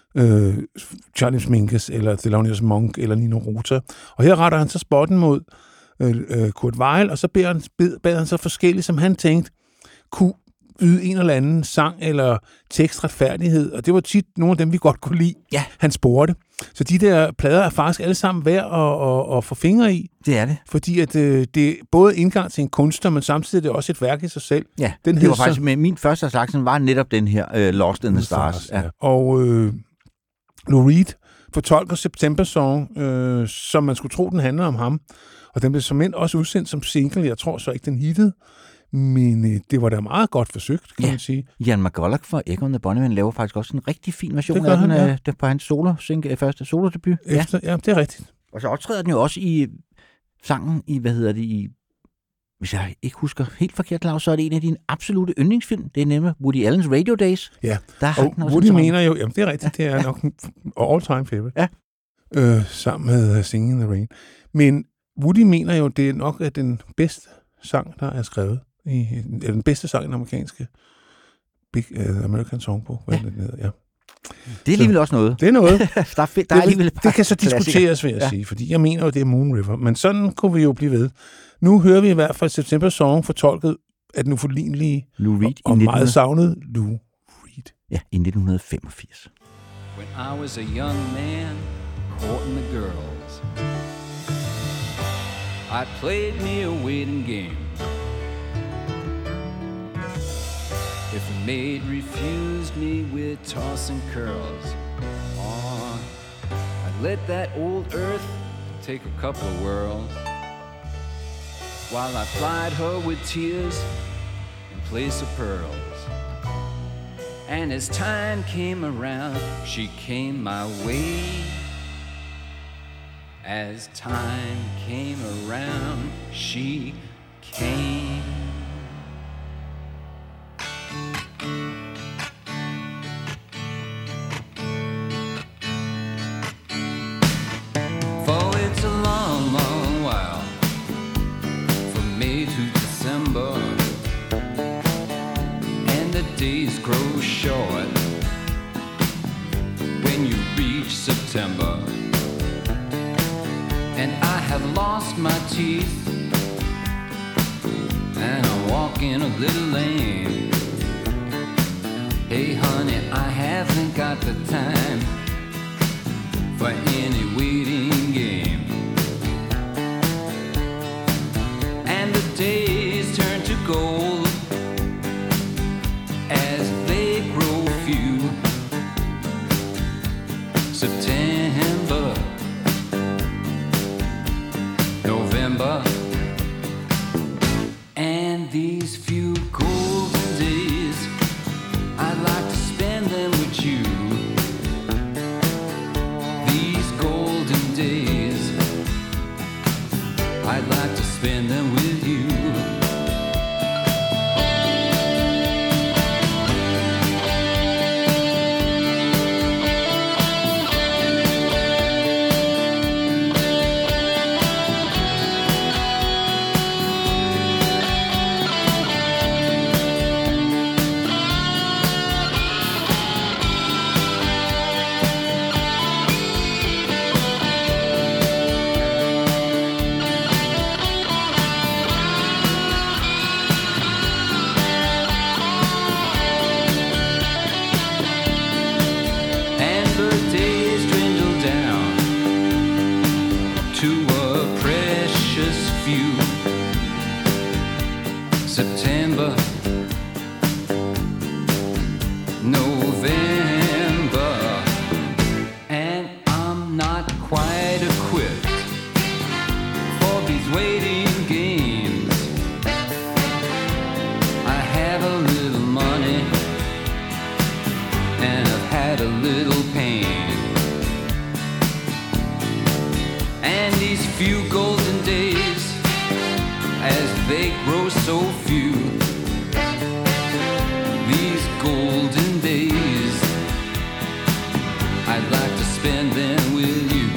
Charlie Mingus, eller Thelonious Monk, eller Nino Rota. Og her retter han så spotten mod Kurt Weill, og så bad han så forskelligt, som han tænkte, kunne yde en eller anden sang eller tekstretfærdighed, og det var tit nogle af dem, vi godt kunne lide. Ja. Han spurgte. Så de der plader er faktisk alle sammen værd at få fingre i. Det er det. Fordi at det er både indgang til en kunstner, men samtidig er det også et værk i sig selv. Ja, det var faktisk med min første af slagsen, var netop den her Lost in the Stars. Ja. Og Lou Reed fortolker September Song, som man skulle tro, den handler om ham. Og den blev som end også udsendt som single. Jeg tror så ikke, den hittede. Men det var da meget godt forsøgt, kan man sige. Ian McCulloch fra Echo and the Bunnymen laver faktisk også en rigtig fin version af den på hans første solodebut. Ja, det er rigtigt. Og så optræder den jo også i sangen i, hvis jeg ikke husker helt forkert, Claus, så er det en af dine absolute yndlingsfilm. Det er nemlig Woody Allen's Radio Days. Ja, der og Woody mener jo, jamen det er rigtigt, det er nok en all-time favorite. Ja. Sammen med Singing in the Rain. Men Woody mener jo, det er nok den bedste sang, der er skrevet. Den bedste sang i den amerikanske American Songbook. Ja. Det er alligevel også noget. Det er noget. det kan så diskuteres, vil jeg sige, fordi jeg mener jo, det er Moon River. Men sådan kunne vi jo blive ved. Nu hører vi i hvert fald September Song fortolket af den uforlignelige Lou Reed og meget savnet Lou Reed. Ja, i 1985. When I was a young man courting the girls, I played me a waiting game. If a maid refused me with tossing curls, I'd let that old earth take a couple of whirls, while I plied her with tears in place of pearls. And as time came around, she came my way. As time came around, she came. For it's a long, long while from May to December, and the days grow short when you reach September. And I have lost my teeth, and I walk in a little lane. Hey honey, I haven't got the time for any waiting game. And the days turn to gold as they grow few. September, November, and these few golden days, I'd like to spend them with you. These golden days, I'd like to spend them with you. September, November, and I'm not quite equipped for these waiting games. I have a little money and I've had a little pain, and these few golden days, as they grow so few, these golden days, I'd like to spend them with you.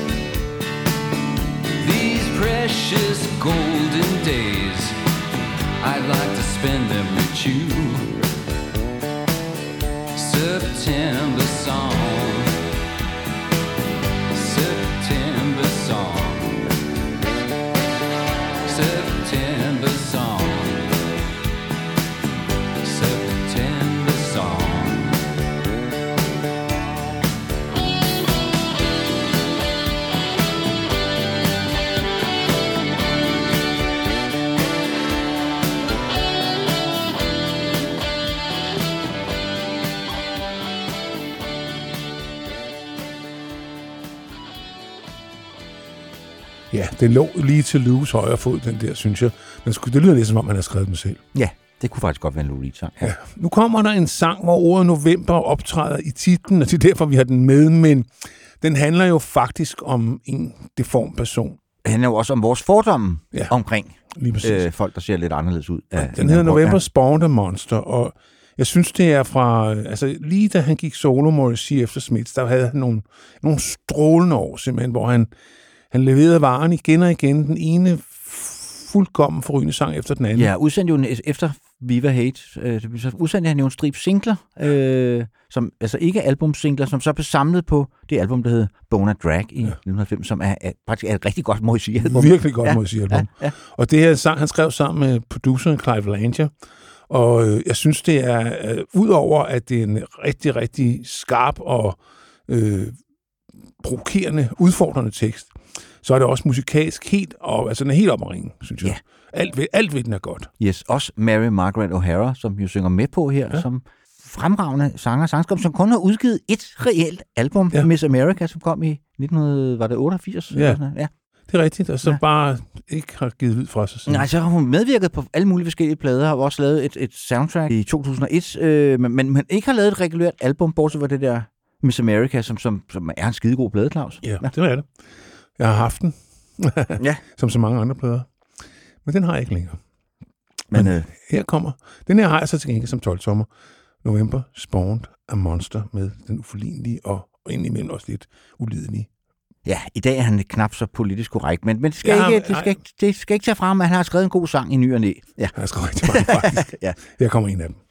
These precious golden days, I'd like to spend them with you. September song, September song. Ja, den lå lige til Lou's højre fod, den der, synes jeg. Men det lyder lidt, som om han har skrevet den selv. Ja, det kunne faktisk godt være en Lou Reed-sang. Ja. Nu kommer der en sang, hvor ordet november optræder i titlen, og det er derfor, vi har den med, men den handler jo faktisk om en deform person. Det handler jo også om vores fordomme omkring folk, der ser lidt anderledes ud. Den hedder November Spawned a Monster, og jeg synes, det er fra... Altså, lige da han gik solo, må jeg sige, efter Smiths, der havde han nogle strålende år, simpelthen, hvor han leverede varen igen og igen, den ene fuldkommen forrygende sang efter den anden. Ja, udsendte jo efter Viva Hate, udsendte han jo en strip singler, som, altså ikke albumsingler, som så blev samlet på det album, der hed Bone Drag i 1990, som er faktisk et rigtig godt Morrissey-album. Virkelig godt Morrissey-album. Ja. Og det her sang, han skrev sammen med produceren Clive Langer, og jeg synes, det er, udover at det er en rigtig, rigtig skarp og provokerende, udfordrende tekst, så er det også musikalsk helt op, altså den er helt op at ringe, synes jeg. Ja. Alt ved den er godt. Yes, også Mary Margaret O'Hara, som jo synger med på her, som fremragende sangskriver, som kun har udgivet et reelt album, Miss America, som kom i 1988. Ja. Det er rigtigt, og så bare ikke har givet ud fra sig. Nej, så har hun medvirket på alle mulige forskellige plader, har også lavet et soundtrack i 2001, men ikke har lavet et regulært album, bortset fra det der Miss America, som er en skidegod plade, Claus. Ja, det er det. Jeg har haft den, som så mange andre plader. Men den har jeg ikke længere. Men her kommer. Den her har jeg så til gengæld som 12-tommer. November Spawned a Monster med den uforlignelige og indimellem også lidt ulidelige. Ja, i dag er han knap så politisk korrekt, men det skal ikke tage frem, at han har skrevet en god sang i ny og næ. Ja. Han har skrevet rigtig mange, faktisk. Her kommer en af dem.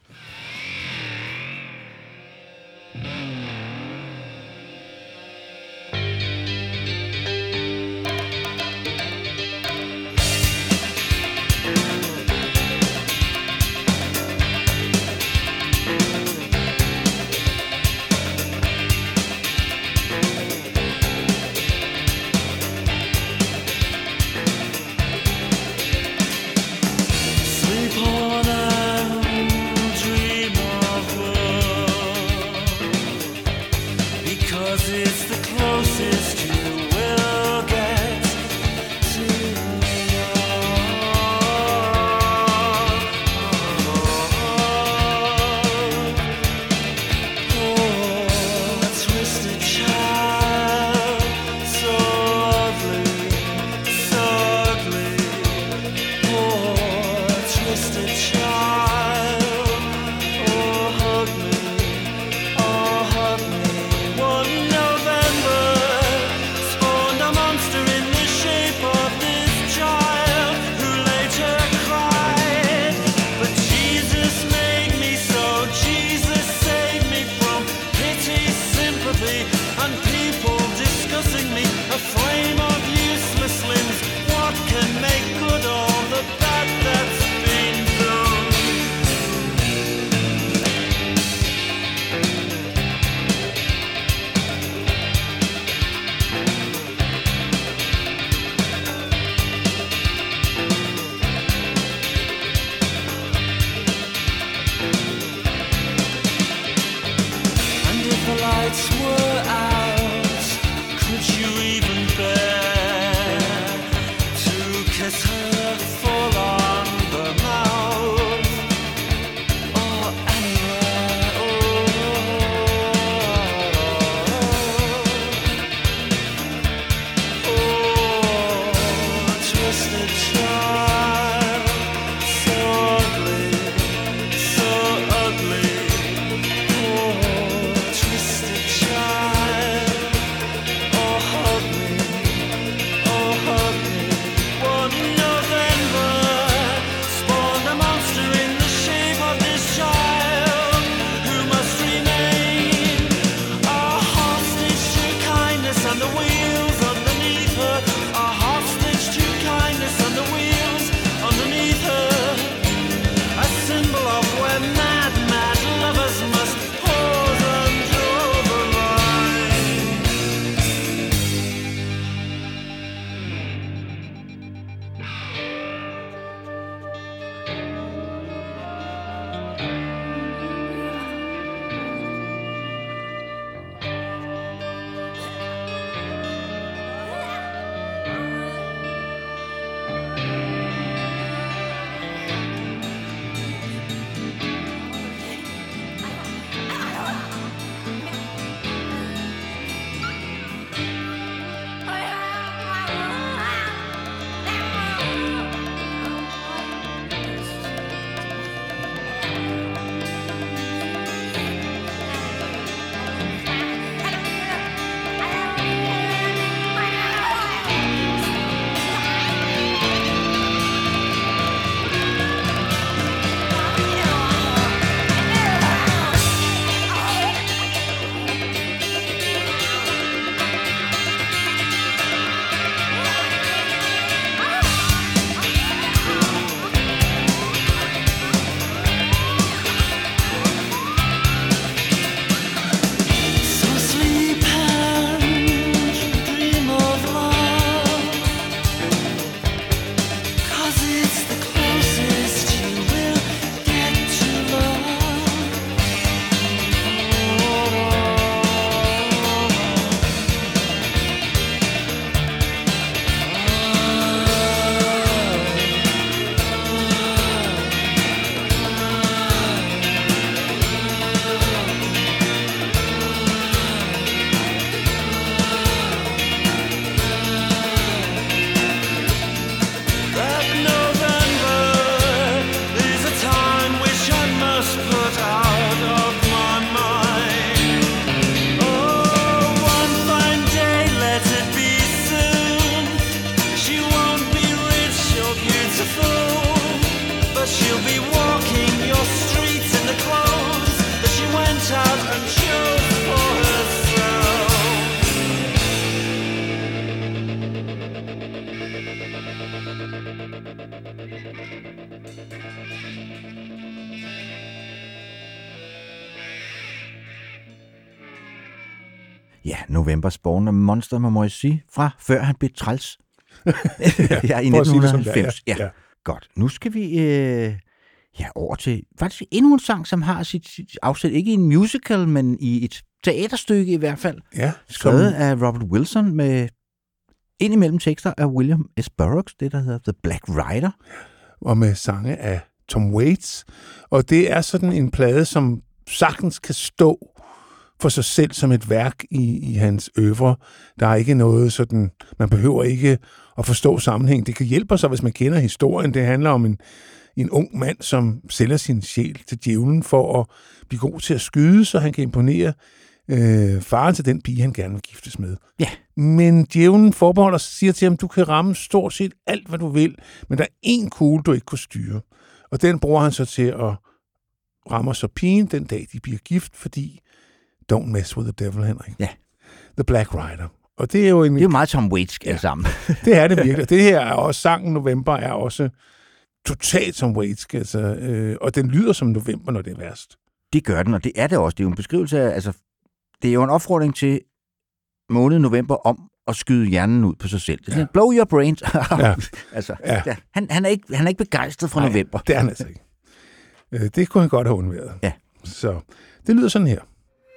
Ja, November Spawn Monster, man må jeg sige, fra før han blev træls. Ja, i 1990. Ja. Godt. Nu skal vi over til faktisk endnu en sang, som har sit afsæt ikke i en musical, men i et teaterstykke i hvert fald. Ja. Skrevet af Robert Wilson med indimellem tekster af William S. Burroughs, det der hedder The Black Rider. Og med sange af Tom Waits. Og det er sådan en plade, som sagtens kan stå for sig selv som et værk i hans øvre. Der er ikke noget sådan, man behøver ikke at forstå sammenhæng. Det kan hjælpe sig, hvis man kender historien. Det handler om en ung mand, som sælger sin sjæl til djævlen for at blive god til at skyde, så han kan imponere faren til den pige, han gerne vil giftes med. Ja. Men djævlen forbeholder sig og siger til ham, du kan ramme stort set alt, hvad du vil, men der er en kugle, du ikke kunne styre. Og den bruger han så til at ramme så pigen den dag, de bliver gift, fordi don't mess with the devil, Henrik. Ja. The Black Rider. Og det er jo det er jo meget Tom Waits alle sammen. Det er det virkelig. Det her er også, sangen November er også totalt Tom Waits, altså, og den lyder som November, når det er værst. Det gør den, og det er det også. Det er jo en beskrivelse af, altså, det er jo en opfordring til måneden november om at skyde hjernen ud på sig selv. Det er blow your brains. Altså, han er ikke begejstret for november. Det er han altså ikke. Det kunne han godt have undværet. Ja. Så det lyder sådan her.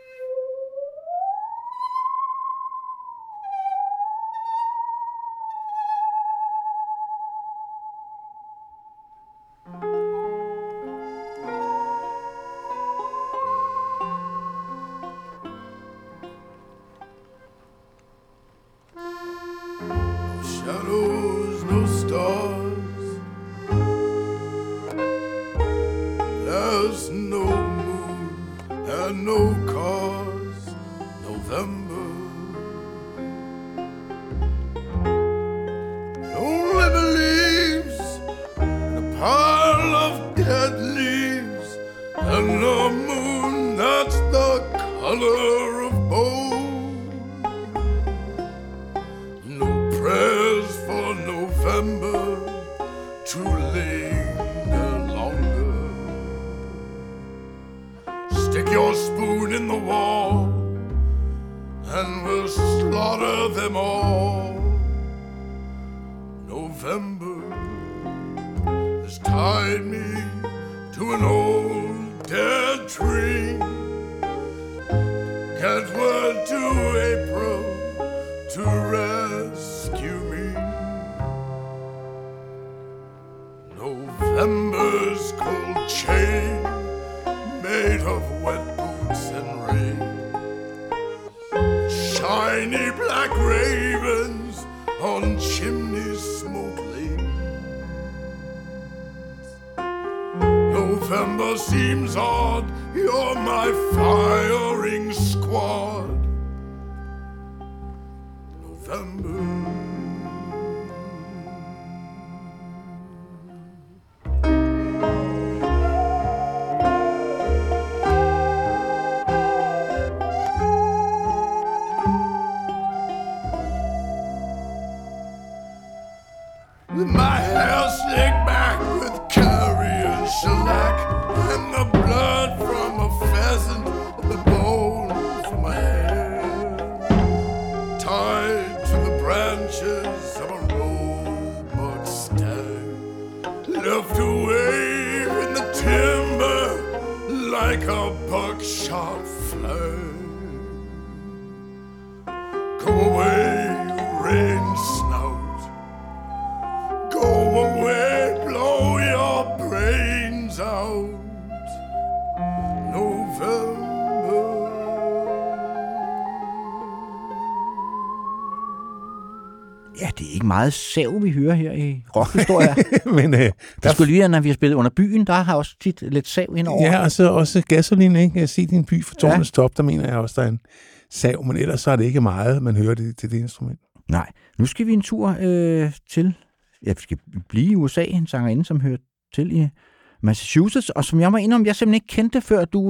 Meget sav, vi hører her i rockhistorier. Men det skulle lige, når vi har spillet Under byen, der har også tit lidt sav indover. Ja, og så også Gasoline, ikke? Jeg har set din by for tårnets top, der mener jeg også, der er en sav, men ellers så er det ikke meget, man hører det til det instrument. Nej, nu skal vi en tur til, vi skal blive i USA, en sangerinde, som hører til i Massachusetts, og som jeg må indrømme, jeg simpelthen ikke kendte, før du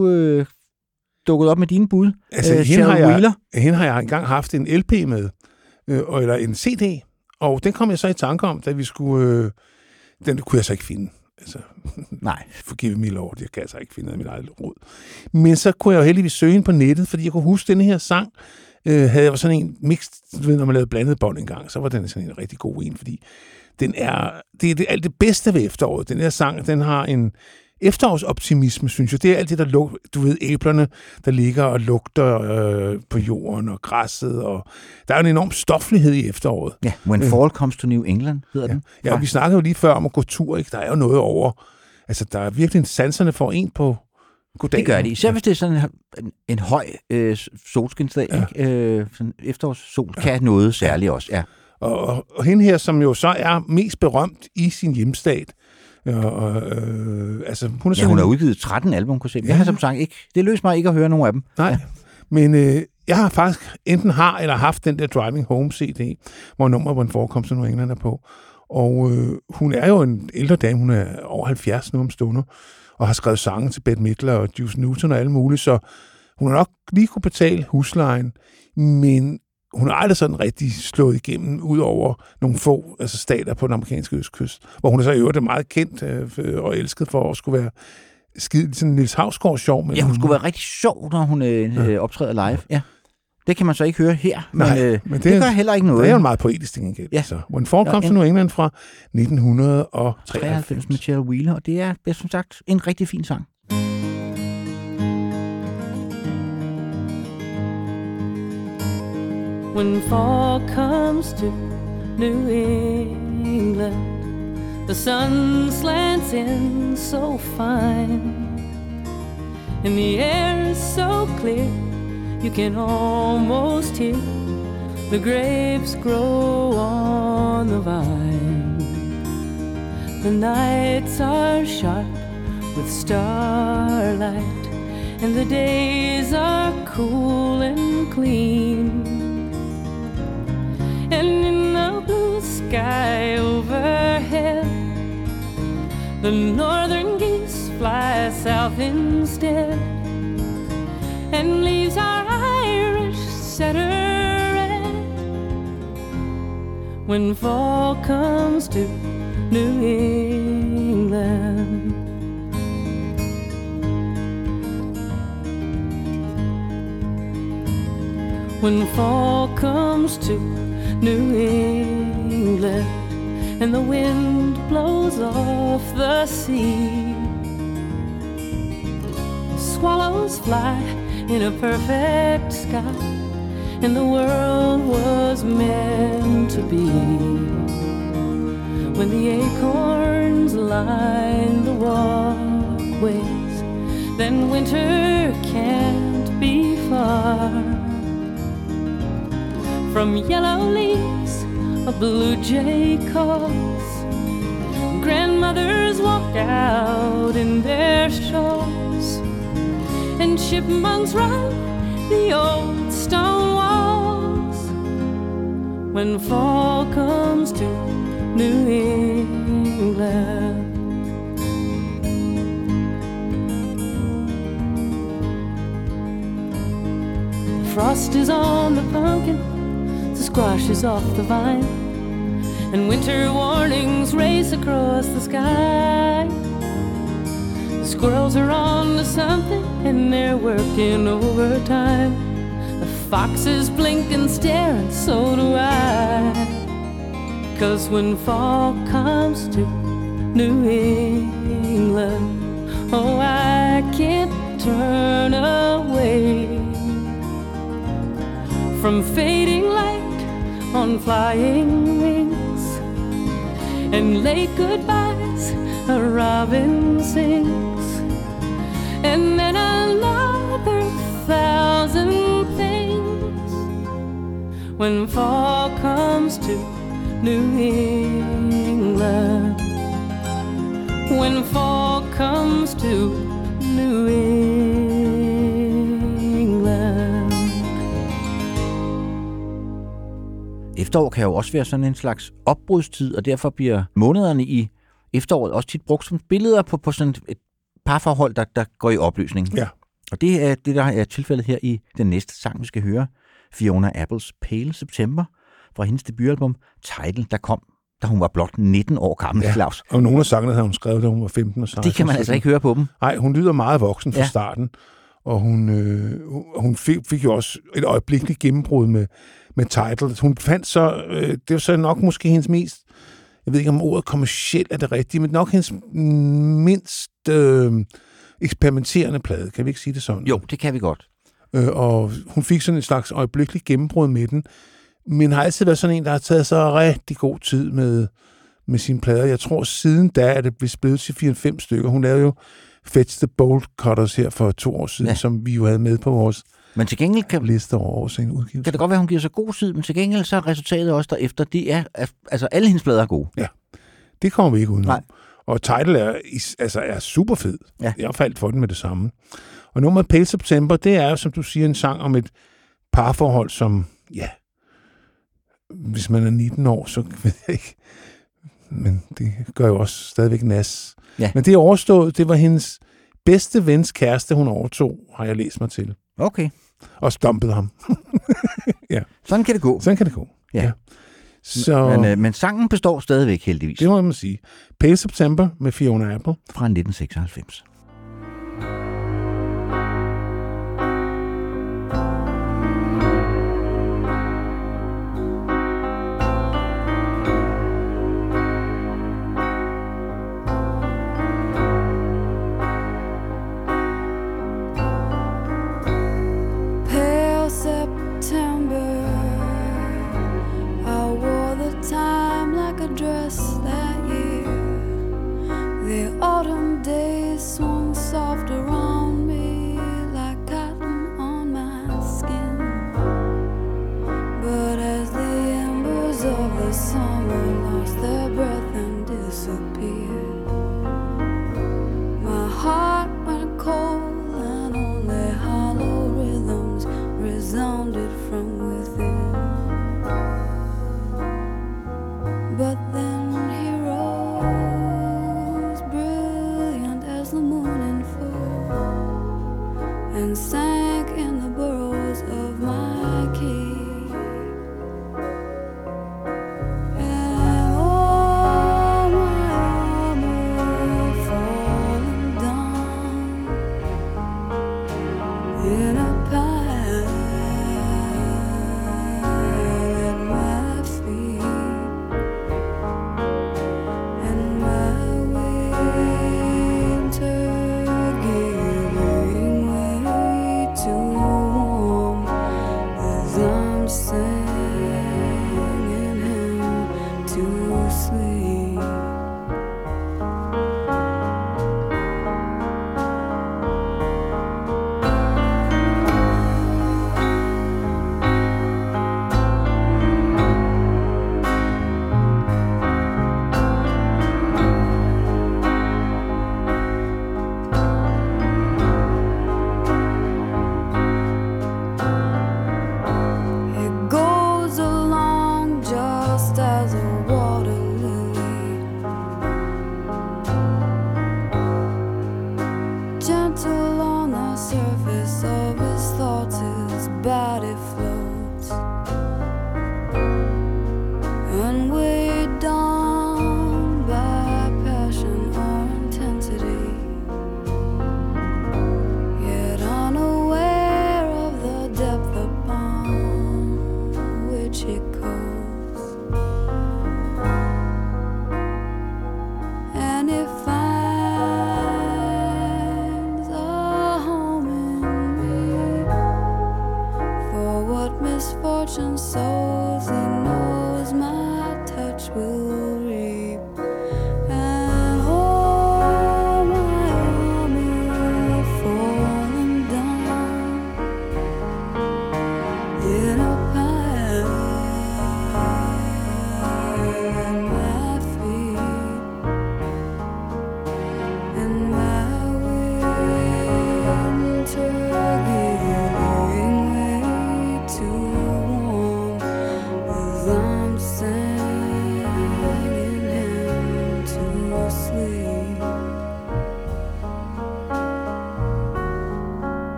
dukkede op med dine bud. Altså, hende har jeg engang haft en LP med, eller en CD, og den kom jeg så i tanke om, da vi skulle... den kunne jeg så ikke finde. Altså, nej. Forgive mig lov, det kan jeg så ikke finde af mit eget råd. Men så kunne jeg jo heldigvis søge ind på nettet, fordi jeg kunne huske, at denne her sang havde jeg sådan en mixed, når man lavede blandet bånd engang, så var den sådan en rigtig god en, fordi det er alt det bedste ved efteråret. Den her sang, den har en efterårsoptimisme, synes jeg. Det er alt det, der lugter, du ved, æblerne, der ligger og lugter på jorden og græsset, og der er en enorm stoflighed i efteråret. Ja, When Fall Comes to New England, hedder den. Ja, vi snakkede jo lige før om at gå tur, ikke? Der er jo noget over, altså der er virkelig sanserne for en på goddag. Det gør det, især hvis det er sådan en høj solskinsdag, ikke? Sådan efterårssol kan noget særligt også, ja. Og hende her, som jo så er mest berømt i sin hjemstat, altså, hun har udgivet 13 album, kunne se. Jeg har som sagt ikke, det løser mig ikke at høre nogen af dem. Nej, men jeg har faktisk enten eller haft den der Driving Home CD, hvor nummeret, hvor den forekomst af New England er på. Og hun er jo en ældre dame, hun er over 70 nu om stunder, og har skrevet sange til Bette Midler og Juice Newton og alle mulige, så hun har nok lige kunne betale huslejen, men hun har aldrig sådan rigtig slået igennem ud over nogle få stater på den amerikanske østkyst, hvor hun er så i øvrigt meget kendt og elsket for at skulle være skide sådan Niels Hausgaard sjov. Ja, hun skulle være rigtig sjov, når hun optræder live. Ja. Det kan man så ikke høre her, men det gør heller ikke noget. Det er jo en meget poetisk ting igen. Ja. Så When Fall Comes to New England fra 1993 med Cheryl Wheeler, og det er som sagt en rigtig fin sang. When fall comes to New England, the sun slants in so fine, and the air is so clear you can almost hear the grapes grow on the vine. The nights are sharp with starlight, and the days are cool and clean. And in the blue sky overhead, the northern geese fly south instead, and leaves our Irish setter red. When fall comes to New England, when fall comes to New England, and the wind blows off the sea, swallows fly in a perfect sky, and the world was meant to be. When the acorns line the walkways, then winter can't be far. From yellow leaves a blue jay calls, grandmothers walk out in their shawls, and chipmunks run the old stone walls. When fall comes to New England, frost is on the pumpkin, the squash is off the vine, and winter warnings race across the sky. The squirrels are on to something, and they're working overtime. The foxes blink and stare, and so do I. 'Cause when fall comes to New England, oh, I can't turn away from fading light on flying wings, and late goodbyes a robin sings, and then another 1,000 things. When fall comes to New England, when fall comes to New England. Efterår kan jo også være sådan en slags opbrudstid, og derfor bliver månederne i efteråret også tit brugt som billeder på sådan et parforhold, der går i opløsning. Ja. Og det er det, der er tilfældet her i den næste sang, vi skal høre. Fiona Apples Pale September fra hendes debutalbum Tidal, der kom, da hun var blot 19 år gammel, Claus. Og nogle af sangene havde hun skrevet, da hun var 15 og 16. Det kan man altså ikke høre på dem. Nej, hun lyder meget voksen fra starten. Og hun fik jo også et øjeblikkeligt gennembrud med Tidal. Hun fandt så, det var så nok måske hendes mest, jeg ved ikke om ordet kommercielt er det rigtige, men nok hendes mindst eksperimenterende plade. Kan vi ikke sige det sådan? Jo, det kan vi godt. Og hun fik sådan en slags øjeblikkeligt gennembrud med den, men har altid været sådan en, der har taget så rigtig god tid med sine plader. Jeg tror, siden da er det blevet til 4-5 stykker. Hun lavede jo Fetch the Bolt Cutters her for 2 år siden, som vi jo havde med på vores men til gengæld liste over års udgivelse. Kan det godt være, hun giver så god tid, men til gengæld så er resultatet også derefter, det er, altså alle hendes plader er gode. Ja, det kommer vi ikke udenom. Og Tidal er super fed. Ja. Jeg har faldt for den med det samme. Og nummeret Pale September, det er jo, som du siger, en sang om et parforhold, som, ja, hvis man er 19 år, så ved jeg ikke, men det gør jo også stadigvæk nas. Ja. Men det er overstået, det var hendes bedste vens kæreste, hun overtog, har jeg læst mig til. Okay. Og stompede ham. Ja. Sådan kan det gå. Sådan kan det gå, ja. Så... Men sangen består stadigvæk, heldigvis. Det må man sige. Pale September med Fiona Apple. Fra 1996.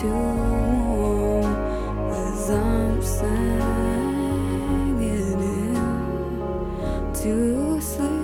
too warm as I'm sinking into sleep.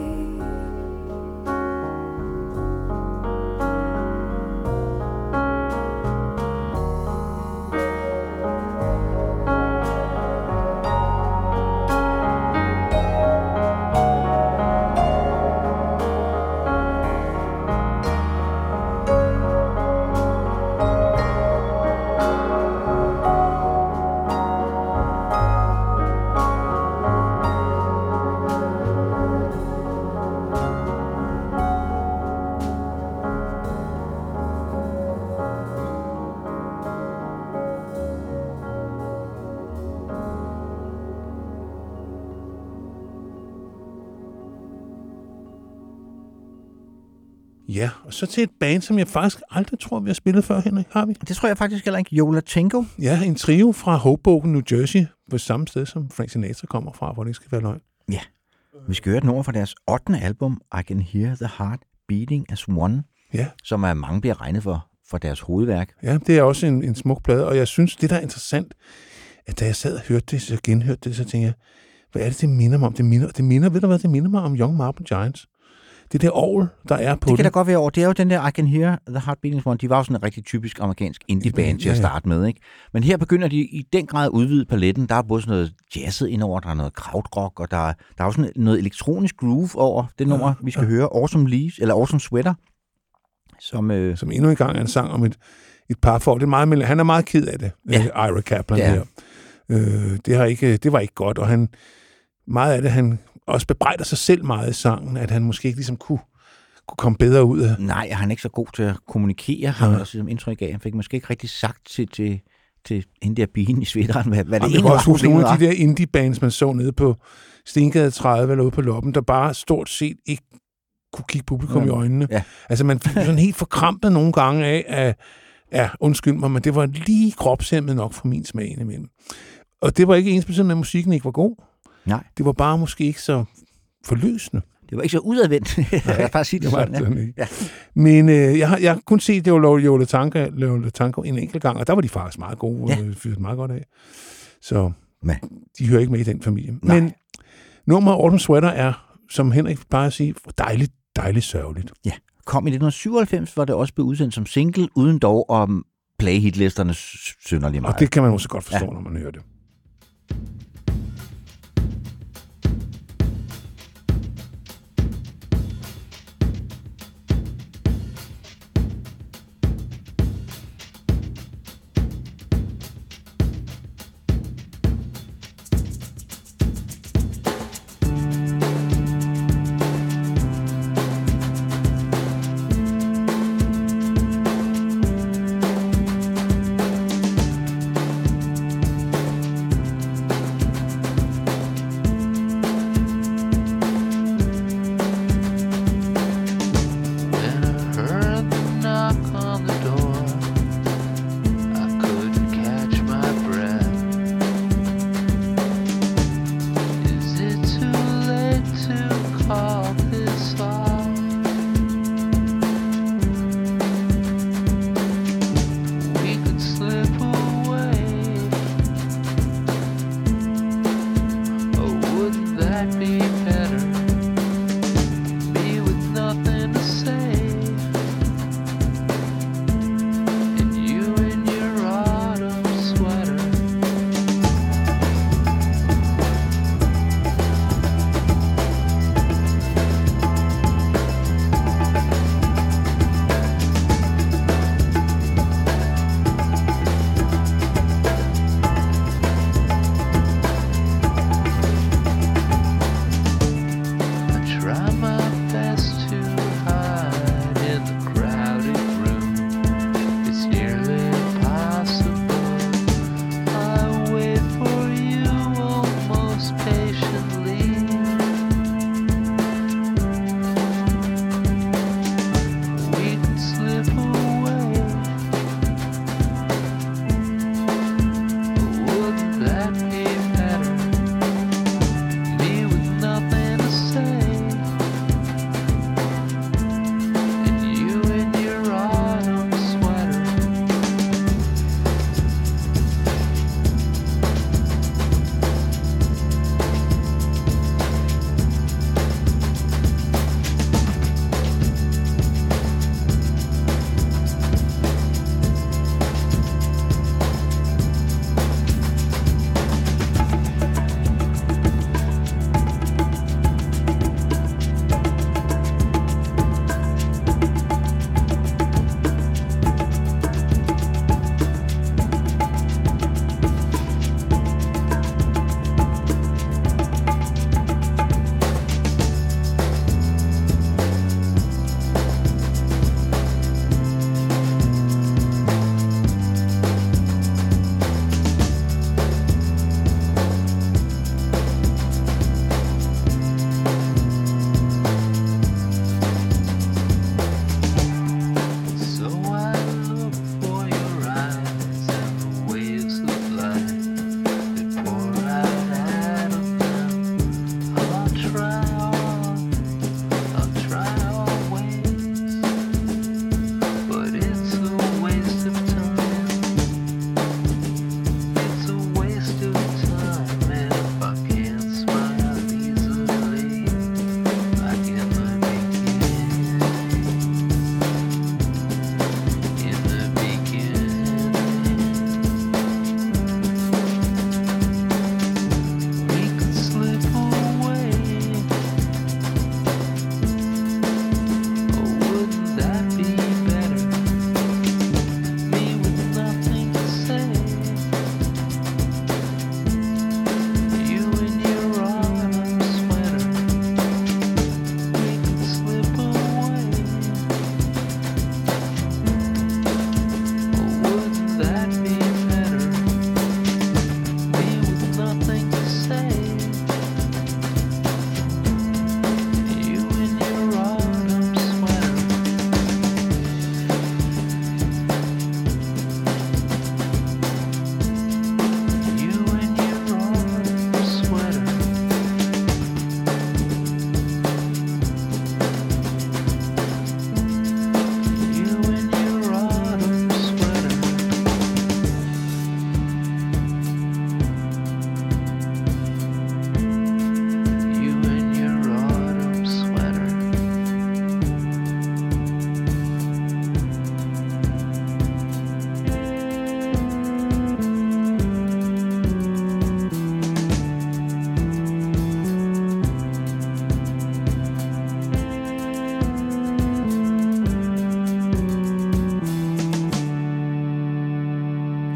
Ja, og så til et band, som jeg faktisk aldrig tror, vi har spillet før, Henrik. Har vi? Det tror jeg faktisk heller ikke. Yo La Tengo. Ja, en trio fra Hoboken, New Jersey, på samme sted, som Frank Sinatra kommer fra, hvor det ikke skal være løgn. Ja. Vi skal høre et nummer fra deres 8. album, I Can Hear the Heart Beating as One, ja. Som er mange bliver regnet for deres hovedværk. Ja, det er også en smuk plade, og jeg synes, det der er interessant, at da jeg sad og hørte det, så genhørte det, så tænkte jeg, hvad er det minder mig om? Det minder, ved du hvad, det minder mig om Young Marble Giants. Det der orgel, der er på det. Kan da godt være over. Det er jo den der I Can Hear the Heart Beating One. De var jo sådan en rigtig typisk amerikansk indie-band til at starte med, ikke? Men her begynder de i den grad at udvide paletten. Der er både sådan noget jazzet indover, der er noget krautrock, og der er også sådan noget elektronisk groove over det nummer, vi skal høre. Awesome Leaves, eller Awesome Sweater. Som endnu en gang er en sang om et parforhold. Det er meget, han er meget ked af det, Ira Kaplan her. Det var ikke godt, og meget af det, han også bebrejder sig selv meget i sangen, at han måske ikke ligesom kunne komme bedre ud af. Nej, han er ikke så god til at kommunikere, har man også som indtryk af. Han fik måske ikke rigtig sagt til hende der bigen i sweateren, hvad det egentlig var. Jeg også huske nogle af de der indie-bands, man så nede på Stengade 30 eller ude på Loppen, der bare stort set ikke kunne kigge publikum i øjnene. Ja. Altså man fik sådan helt forkrampet nogle gange af, undskyld mig, men det var lige kropshæmmet nok for min smag indimellem. Og det var ikke ensbetydende, at musikken ikke var god. Nej. Det var bare måske ikke så forløsende. Det var ikke så udadvendt. Jeg kan bare sige det sådan. Ja. Men jeg har kun set, det var Yo La Tengo en enkelt gang, og der var de faktisk meget gode, fyret meget godt af. Så de hører ikke med i den familie. Nej. Men nummer Autumn Sweater er, som Henrik bare sige, dejligt sørgeligt. Ja, kom i 1997, hvor det også blev udsendt som single, uden dog om play-hitlisterne synderligt meget. Og det kan man også godt forstå, når man hører det.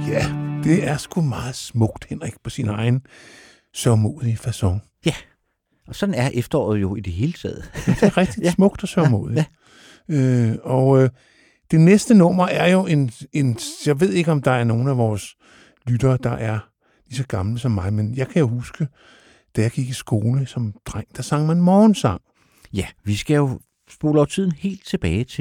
Ja, det er sgu meget smukt, Henrik, på sin egen sørgmodige façon. Ja, og sådan er efteråret jo i det hele taget. Det er rigtig smukt og sørgmodigt. Ja. Det næste nummer er jo en... Jeg ved ikke, om der er nogen af vores lyttere, der er lige så gamle som mig, men jeg kan jo huske, da jeg gik i skole som dreng, der sang man morgensang. Ja, vi skal jo spole over tiden helt tilbage til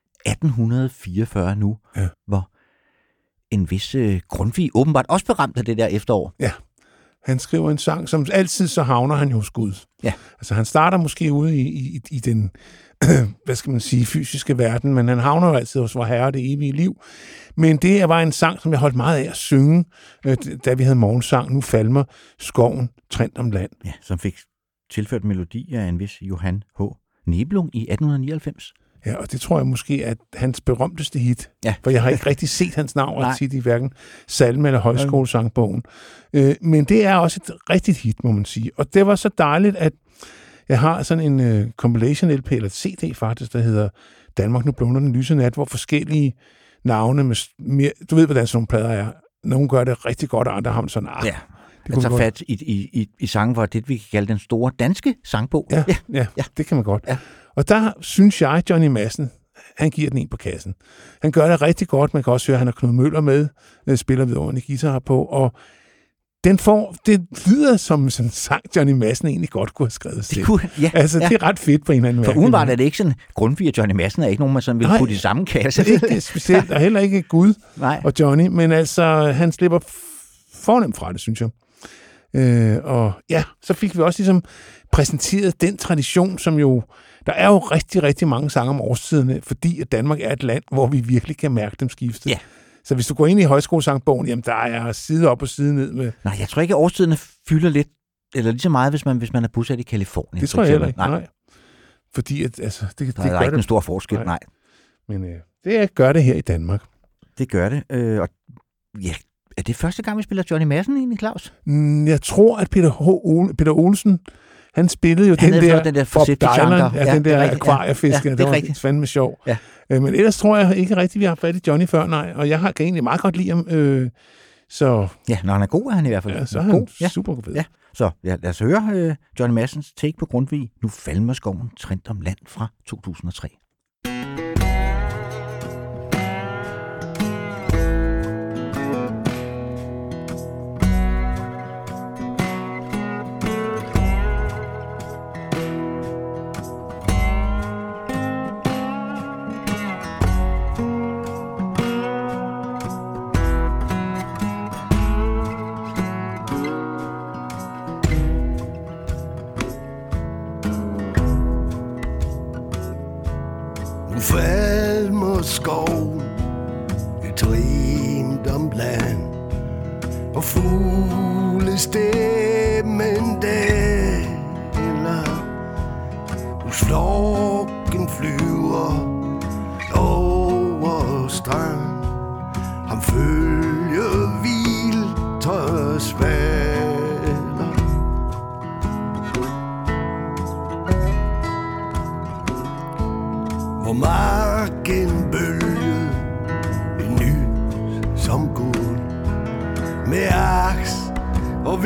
1844 nu, hvor en vis Grundtvig åbenbart også blev ramt af det der efterår. Ja, han skriver en sang, som altid så havner han jo hos Gud. Ja. Altså han starter måske ude i den, hvad skal man sige, fysiske verden, men han havner jo altid hos vor Herre det evige liv. Men det var en sang, som jeg holdt meget af at synge, da vi havde morgensang. Nu falmer skoven trændt om land. Ja, som fik tilført melodi af en vis Johan H. Nebelung i 1899. Ja, og det tror jeg måske er hans berømteste hit. Ja. For jeg har ikke rigtig set hans navn ret tit i hverken salme- eller højskolesangbogen. Men det er også et rigtigt hit, må man sige. Og det var så dejligt, at jeg har sådan en compilation-LP, eller et CD faktisk, der hedder Danmark nu blunder den lyse nat, hvor forskellige navne med mere, du ved, hvordan sådan nogle plader er. Nogle gør det rigtig godt, og andre har sådan, det tager fat i sangen, hvor det vi kan kalde den store danske sangbog. Ja, det kan man godt. Ja. Og der synes jeg, Johnny Madsen, han giver den en på kassen. Han gør det rigtig godt. Man kan også høre, at han har Knud Møller med, spiller vidunderlig guitar på, og det lyder som sådan en sang, Johnny Madsen egentlig godt kunne have skrevet selv. Det er ret fedt på en eller anden måde. For udenbart er det ikke sådan, Grundtvig og Johnny Madsen er ikke nogen, man sådan vil putte i samme kasse. Det er ikke specielt, og heller ikke Gud og Johnny, men altså, han slipper fornemt fra det, synes jeg. Og ja, så fik vi også ligesom præsenteret den tradition, som jo, der er jo rigtig, rigtig mange sange om årstiderne, fordi at Danmark er et land, hvor vi virkelig kan mærke dem skifte. Ja. Så hvis du går ind i højskolesangbogen, jamen der er side op og side ned med... Nej, jeg tror ikke, at årstiderne fylder lidt, eller lige så meget, hvis man er bosat i Kalifornien. Det tror jeg heller ikke, nej. Fordi at, altså... Det der er ikke en stor forskel, nej. Men det gør det her i Danmark. Det gør det, og ja... Er det første gang, vi spiller Johnny Madsen egentlig, Claus? Jeg tror, at Peter Olsen, han spillede jo den der Bob Dylan, den der akvariefisker. Det var fandme sjov. Ja. Men ellers tror jeg ikke rigtigt, vi har fat i Johnny før, nej. Og jeg kan egentlig meget godt lide ham. Så... Ja, når han er god, er han i hvert fald. Ja, så er han super god. Ja. Så lad os høre Johnny Madsens take på Grundtvig. Nu falmer skoven trændt om land fra 2003. Falmer skoven et rent om land, og fuglestemmen daler, flokken flyver over strand, ham følger vildters valer. Hvor marken bølgede en ny som guld, med aks og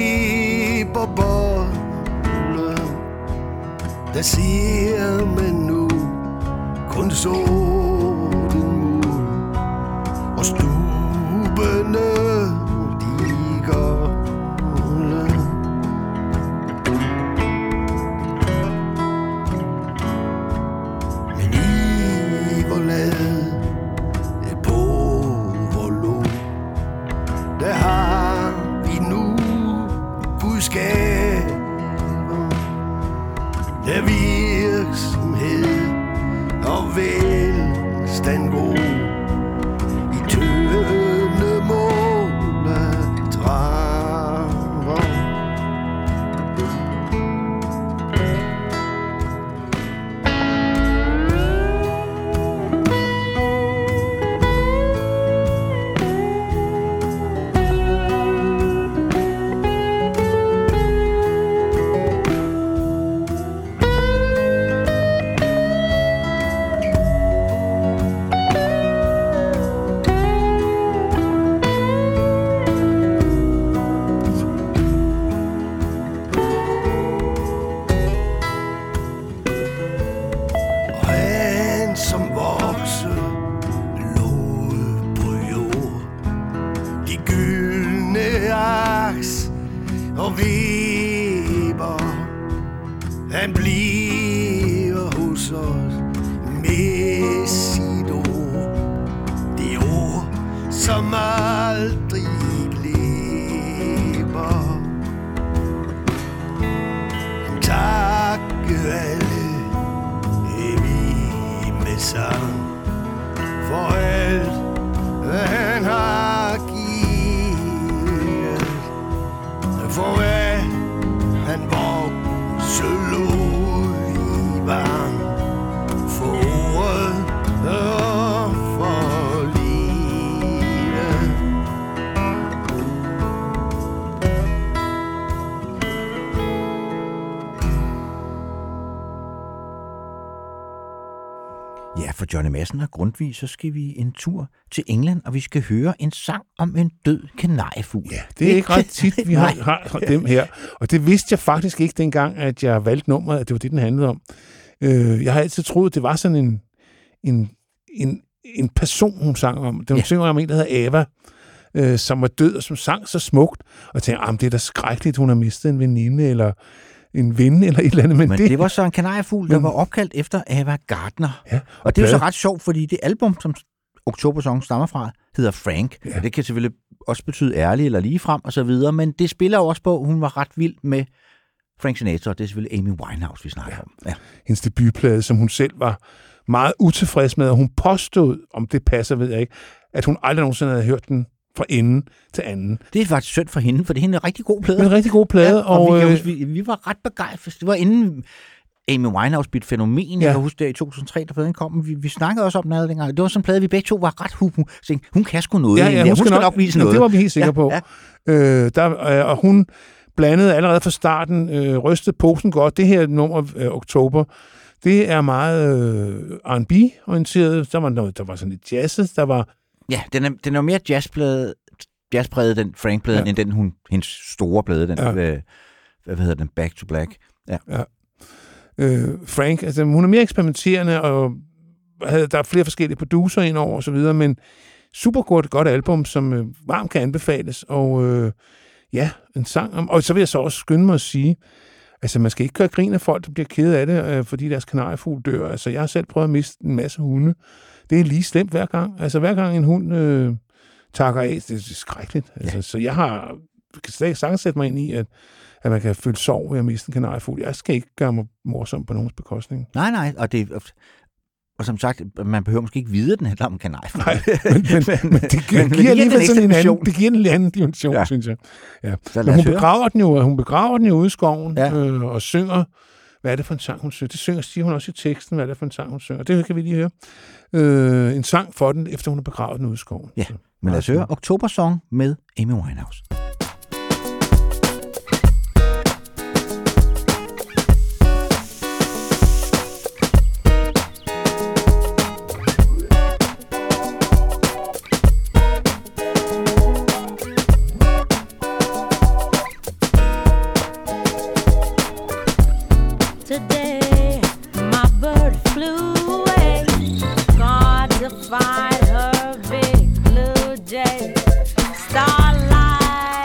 viberboller, der ser man nu kun sorten muld, og stubene de går. Der virksomhed og velstand god i tønde mål gyldne aks og Weber. Han bliver hos os med sit ord. Det ord, som aldrig glemmer. Takke alle evig med sang for alt, hvad han har givet. For hvad han voksede ud i vang. For ordet og for livet. Ja, for Johnny Madsen og Grundtvig, så skal vi en tur til England, og vi skal høre en sang om en død kanariefugl. Ja, det er ikke ret tit, vi har dem her. Og det vidste jeg faktisk ikke dengang, at jeg valgte nummeret, at det var det, den handlede om. Jeg har altid troet, at det var sådan en person, hun sang om. Hun synger om en, der hedder Ava, som var død og som sang så smukt. Og jeg tænkte, det er da skrækkeligt, hun har mistet en veninde, eller en ven eller et eller andet. Men det var så en kanariefugl, der var opkaldt efter Ava Gardner. Ja, og det er jo så ret sjovt, fordi det album, som October Song stammer fra, hedder Frank. Ja. Og det kan selvfølgelig også betyde ærlig eller ligefrem og så videre, men det spiller jo også på, at hun var ret vild med Frank Sinatra, og det er selvfølgelig Amy Winehouse, vi snakker om. Ja. Hendes debutplade, som hun selv var meget utilfreds med, og hun påstod, om det passer, ved jeg ikke, at hun aldrig nogensinde havde hørt den fra ende til anden. Det er faktisk synd for hende, for det er en rigtig god plade. En rigtig god plade. Ja, og vi var ret begejstrede. Det var inden Amy Winehouse blev et fænomen. Ja. Jeg kan huske, der i 2003, da pladen kom. Vi snakkede også om den dengang. Det var sådan en plade, vi begge to var ret hun kan sgu noget. Ja, hun skal nok vise noget. Det var vi helt sikre på. Ja. Og hun blandede allerede fra starten, rystede posen godt. Det her nummer, Oktober, det er meget R&B-orienteret. Der var sådan lidt jazzet, der var... Ja, den er mere jazzpræget, den Frank-plade, end den hendes store plade, den, hvad hedder den, Back to Black. Ja. Frank, altså hun er mere eksperimenterende, og der er flere forskellige producer indover og så videre, men super godt album, som varmt kan anbefales, og en sang om, og så vil jeg så også skynde mig at sige, altså man skal ikke gøre grin af folk, der bliver kede af det, fordi deres kanariefugl dør. Altså jeg har selv prøvet at miste en masse hunde. Det er lige slemt hver gang. Altså hver gang en hund takker af, det er skrækkeligt. Altså, så jeg kan slet ikke sætte mig ind i, at man kan føle sorg ved at miste en kanariefugl. Jeg skal ikke gøre mig morsom på nogens bekostning. Nej, og som sagt, man behøver måske ikke vide, at den handler om en kanariefugl. Nej, men det giver alligevel sådan en anden, det giver en anden dimension, synes jeg. Ja. Men hun begraver den jo ude i skoven, og synger. Hvad er det for en sang, hun synger? Det siger hun også i teksten, hvad er det for en sang, hun synger. Det kan vi lige høre. En sang for den, efter hun har begravet den ude i skoven. Ja, men lad os høre October Song med Amy Winehouse. Find her big blue jay, starlight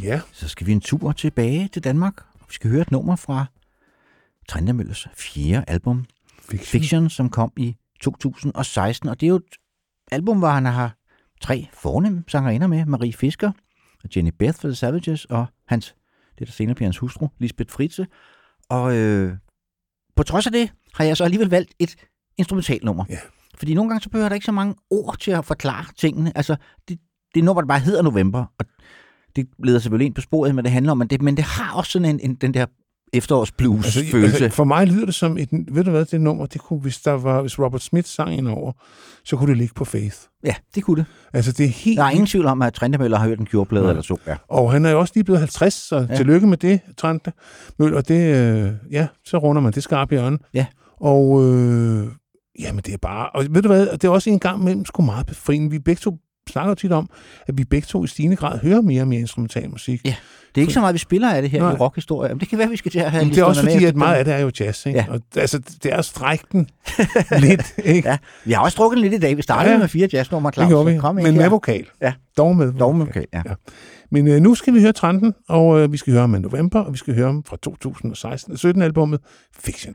Ja. Så skal vi en tur tilbage til Danmark, og vi skal høre et nummer fra Trentemøllers 4. album, Fiction, som kom i 2016. Og det er jo et album, hvor han har 3 fornemme sangerinder med, Marie Fisker, Jenny Beth for The Savages, og det der senere bliver hans hustru, Lisbeth Fritzsche. Og på trods af det, har jeg så alligevel valgt et instrumentalnummer. Ja. Fordi nogle gange så behøver der ikke så mange ord til at forklare tingene. Altså, det nummer, der bare hedder November, og det leder selvfølgelig ind på sporet, hvad det handler om, men det har også sådan den der efterårsblues-følelse. Altså, for mig lyder det som et, ved du hvad, det nummer, det kunne, hvis Robert Smith sang ind over, så kunne det ligge på Faith. Ja, det kunne det. Altså, det er helt... Der er ingen tvivl om, at Trentemøller har hørt en Kjorblade eller så. Ja. Og han er jo også lige blevet 50, så tillykke med det, Trentemøller. Det, så runder man det skarpe hjørne. Ja. Og jamen, det er bare... Og ved du hvad, det er også en gang imellem sgu meget befriende. Vi begge to snakker tit om, at vi begge to i stigende grad hører mere og mere instrumental musik. Ja, det er ikke så meget, vi spiller af det her i rockhistorie. Men det kan være, vi skal til at have... Det er også fordi, at meget af det er jo jazz, ikke? Ja. Og, altså, det er strækken lidt, ikke? Ja, vi har også drukket lidt i dag. Vi startede med 4 jazznummer, Claus. Det gjorde vi, men med vokal. Ja. Dog med vokal, ja. Men nu skal vi høre Trenten, og vi skal høre ham i November, og vi skal høre ham fra 2016-17 albummet Fiction.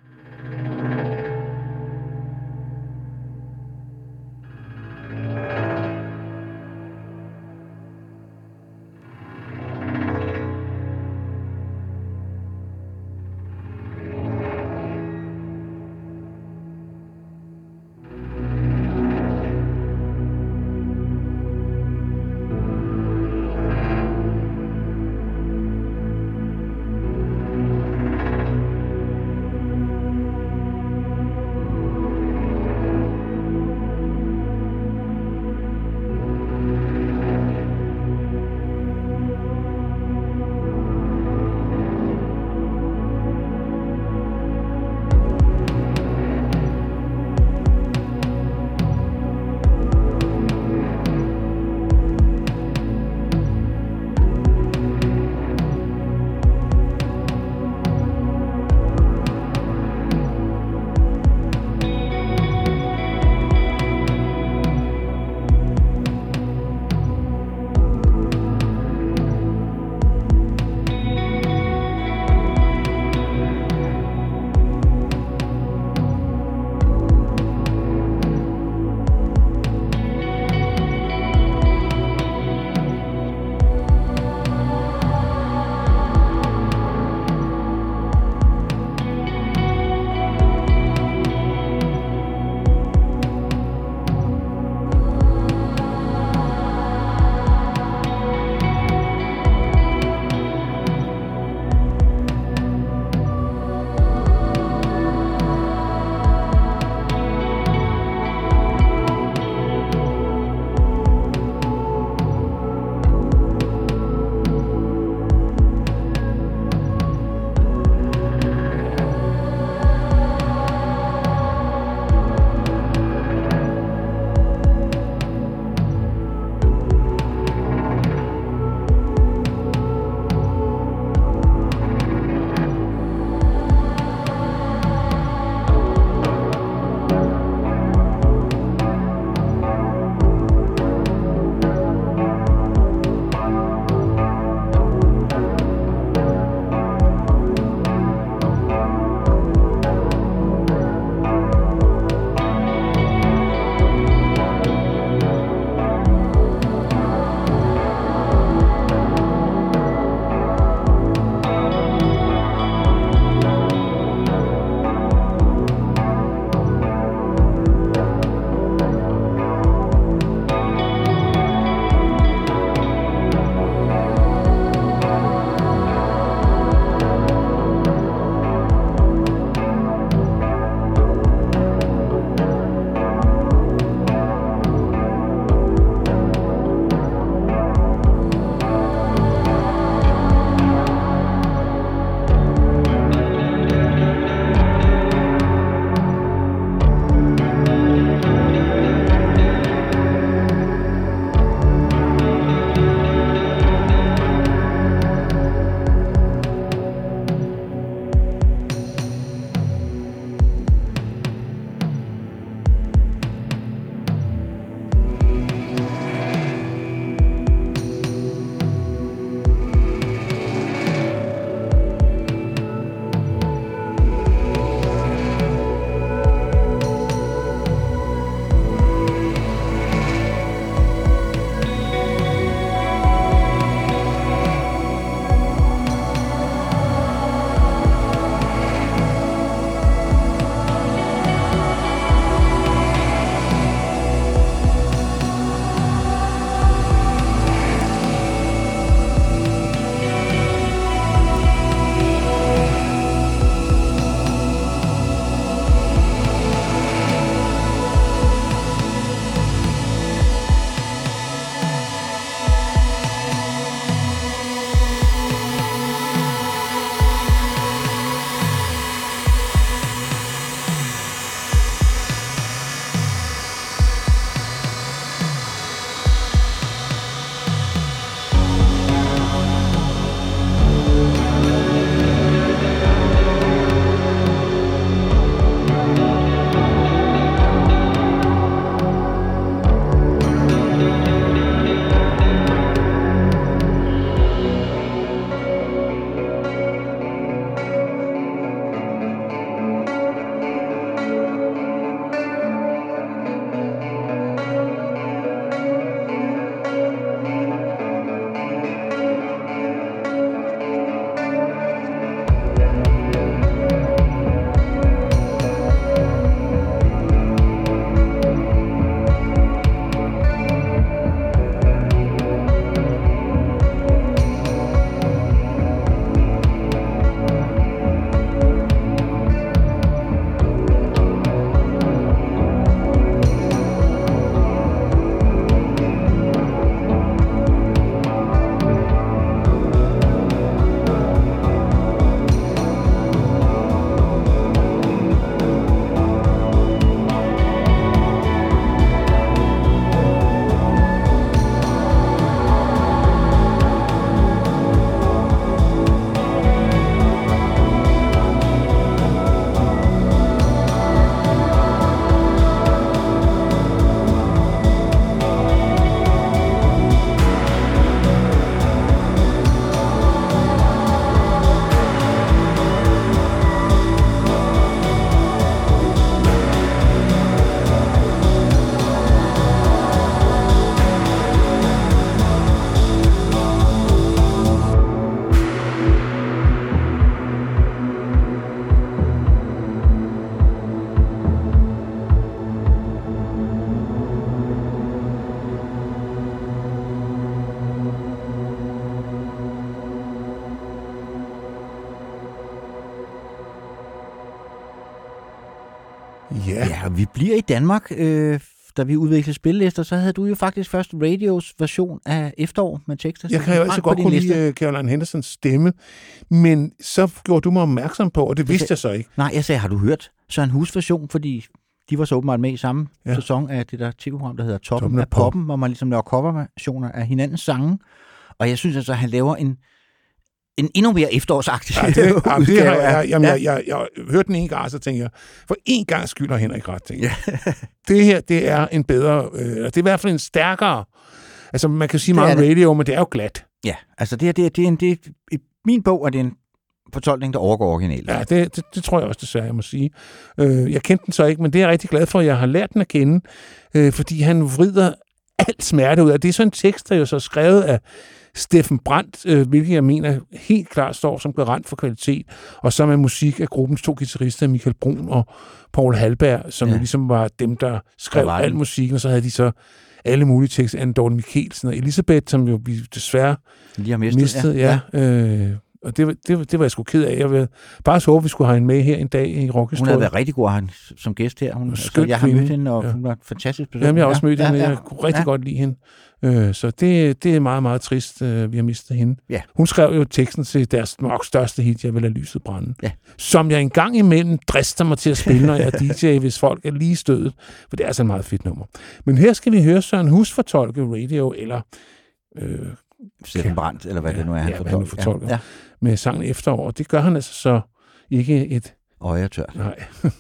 Ja, og vi bliver i Danmark. Da vi udviklede spillelister, så havde du jo faktisk først Radios version af Efterår med tekster. Jeg kan jo altså godt kunne lide Caroline Hendersons stemme, men så gjorde du mig opmærksom på, og det vidste jeg så ikke. Nej, jeg sagde, har du hørt Søren Hus version, fordi de var så åbenbart med i samme sæson af det der tv-program, der hedder Toppen af Poppen, hvor man ligesom laver coverversioner af hinandens sange. Og jeg synes altså, at han laver en endnu mere efterårsagtig udgave. Jeg hørte den en gang, så tænkte jeg, for en gang skylder Henrik ret, tænkte jeg. Det her, det er en bedre, det er i hvert fald en stærkere, altså man kan sige meget radio, men det er jo glat. Ja, altså det er i min bog er det en fortolkning, der overgår originalen. Ja, det tror jeg også, desværre, jeg må sige. Jeg kendte den så ikke, men det er jeg rigtig glad for, at jeg har lært den at kende, fordi han vrider alt smerte ud af. Det er sådan en tekst, der jo så er skrevet af Steffen Brandt, hvilket jeg mener helt klart står som garant for kvalitet, og så med musik af gruppens 2 guitarister, Michael Brun og Paul Hallberg, som jo ligesom var dem, der skrev al musikken, og så havde de så alle mulige tekster, Anne Dorte Michelsen og Elisabeth, som jo vi desværre lige har mistet. Og det var jeg sgu ked af. Jeg ville bare så håbe, vi skulle have hende med her en dag i Rockhistorie. Hun havde været rigtig god som gæst her. Jeg har mødt hende, og hun var fantastisk person. Jamen, jeg har også mødt hende, jeg kunne rigtig godt lide hende. Så det er meget, meget trist, vi har mistet hende. Ja. Hun skrev jo teksten til deres nok største hit, Jeg vil lade lyset brænde. Ja. Som jeg engang imellem drister mig til at spille, når jeg er DJ, hvis folk er lige stødet. For det er altså et meget fedt nummer. Men her skal vi høre Søren Hus fortolke radio, eller Steffen Brandt, eller hvad det nu er, han fortolker. Ja. Med sangen Efterår. Det gør han altså så ikke et øjetørt. Nej.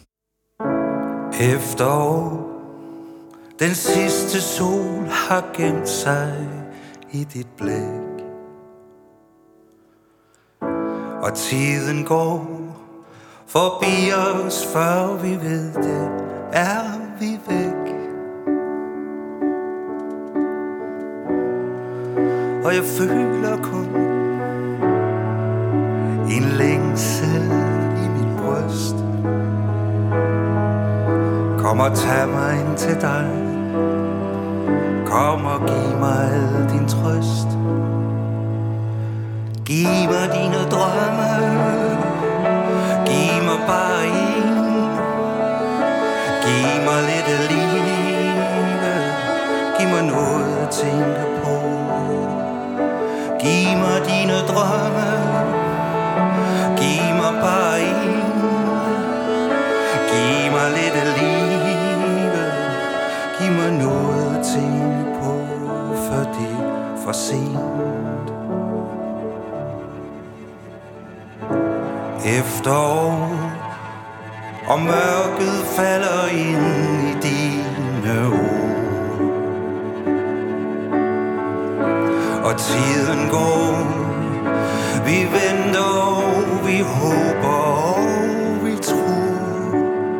Efterår, den sidste sol har gemt sig i dit blik, og tiden går forbi os, før vi ved det, er vi væk. Og jeg føler kun en længsel i mit bryst. Kom og tag mig ind til dig. Kom og giv mig al din trøst. Giv mig dine drømme. Giv mig bare en. Giv mig lidt af livet. Giv mig noget at tænke på. Giv mig dine drømme. Giv mig bare en. Giv mig lidt af livet. Giv mig noget at tænke på, før det er for sent. Efterår, og mørket falder ind i dine ord, og tiden går. Vi venter og vi håber og vi tror,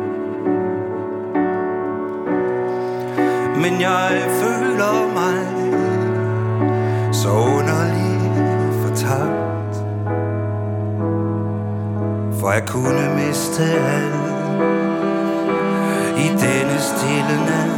men jeg føler mig så underligt fortabt, for jeg kunne miste alt i denne stille nat.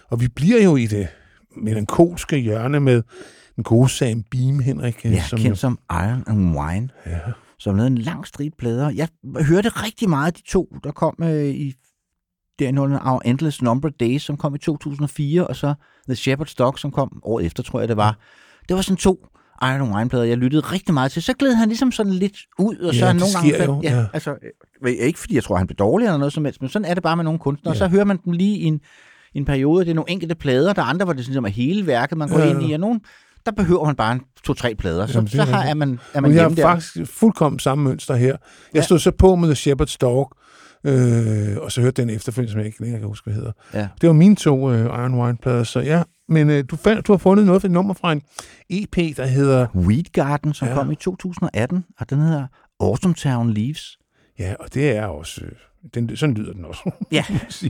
Og vi bliver jo i det melankolske hjørne med den gode Sam Beam, Henrik. Ja, kendt som Iron and Wine. Ja. Som lavede en lang stribe plader. Jeg hørte rigtig meget af de to, der kom i Our Endless Number of Days, som kom i 2004, og så The Shepherd's Dog, som kom året efter, tror jeg det var. Det var sådan 2 Iron and Wine-plader, jeg lyttede rigtig meget til. Så gled han ligesom sådan lidt ud, og så nogle gange... Ja. Altså, ikke fordi jeg tror, han blev dårlig eller noget som helst, men sådan er det bare med nogle kunstnere. Ja. Så hører man dem lige i en periode, det er nogle enkelte plader, der andre, hvor det sådan, er hele værket, man går ind i, og nogen, der behøver man bare 2-3 plader. Så er man hjemme der. Jeg har faktisk fuldkommen samme mønster her. Jeg stod så på med The Shepherd's Dog, og så hørte den efterfølgende, som jeg ikke længere kan huske, hvad hedder. Ja. Det var mine 2 Iron Wine-plader, så ja. Men du har fundet noget for et nummer fra en EP, der hedder... Weed Garden, som kom i 2018, og den hedder Autumn Town Leaves. Ja, og det er også... sådan lyder den også. Ja.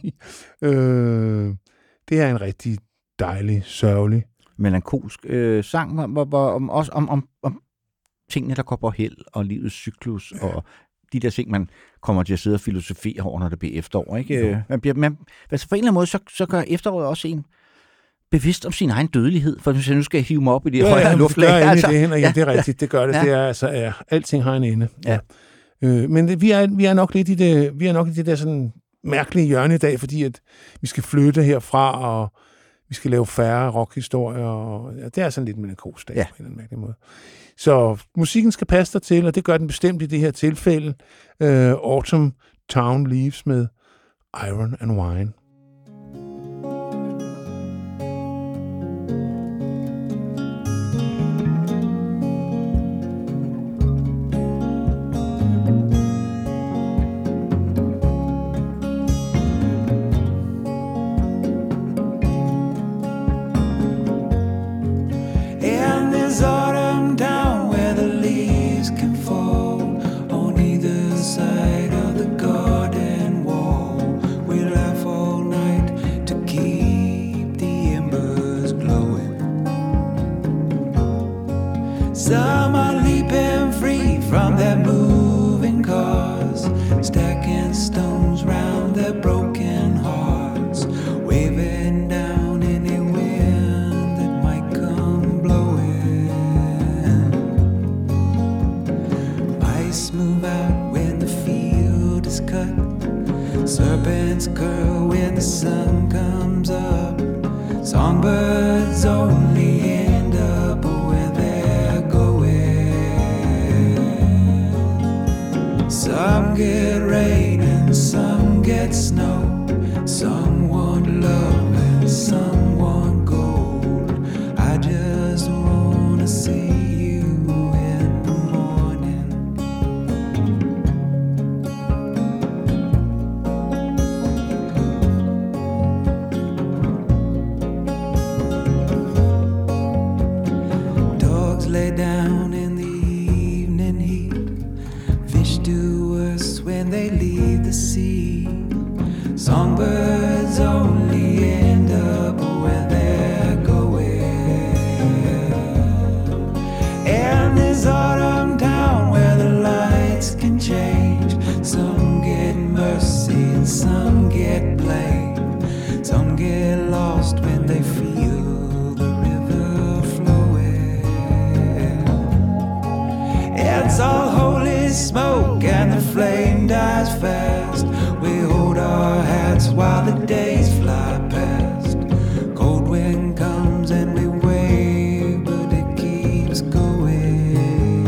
Det er en rigtig dejlig, sørgelig... melankolsk sang, også om tingene, der går på held, og livets cyklus, og de der ting, man kommer til at sidde og filosofere over, når det bliver efterår. Ikke? Altså på en eller anden måde, så gør efteråret også en bevidst om sin egen dødelighed, for hvis jeg nu skal hive mig op i det højere luftlag. Ja, det er rigtigt, det gør det. Ja. Det er altså, alting har en ende. Ja. Men vi er nok lidt i det der sådan mærkelige hjørne i dag, fordi at vi skal flytte herfra, og vi skal lave færre rockhistorier, og det er sådan lidt melankolsk dag på en mærkelig måde. Så musikken skal passe dig til, og det gør den bestemt i det her tilfælde. Autumn Town Leaves med Iron and Wine. Some are leaping free from their moving cars, stacking stones round their broken hearts, waving down any wind that might come blowing. Mice move out when the field is cut, serpents curl when the sun comes up, songbirds only end up where they're going. Some get rain and some get snow, some want love and some want gold. I just wanna see you in the morning. Dogs lay down in the evening heat, fish do worse when they leave the sea. Songbirds only end up where they're going. And this autumn town where the lights can change, some get mercy and some get blame, some get lost when they feel the river flowing. It's all holy smoke and the flame dies fast. We hold our hats while the days fly past. Cold wind comes and we wave, but it keeps going.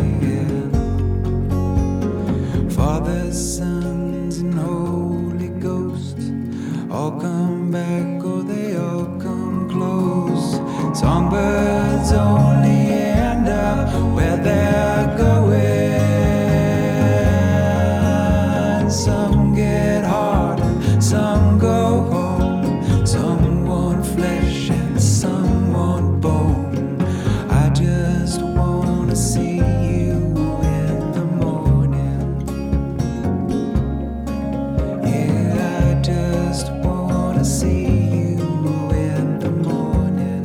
Fathers, sons, and Holy Ghost all come back or they all come close. Songbirds only end up where they're going. Some get hard and some go home. Some want flesh and some want bone. I just wanna see you in the morning. Yeah, I just wanna see you in the morning.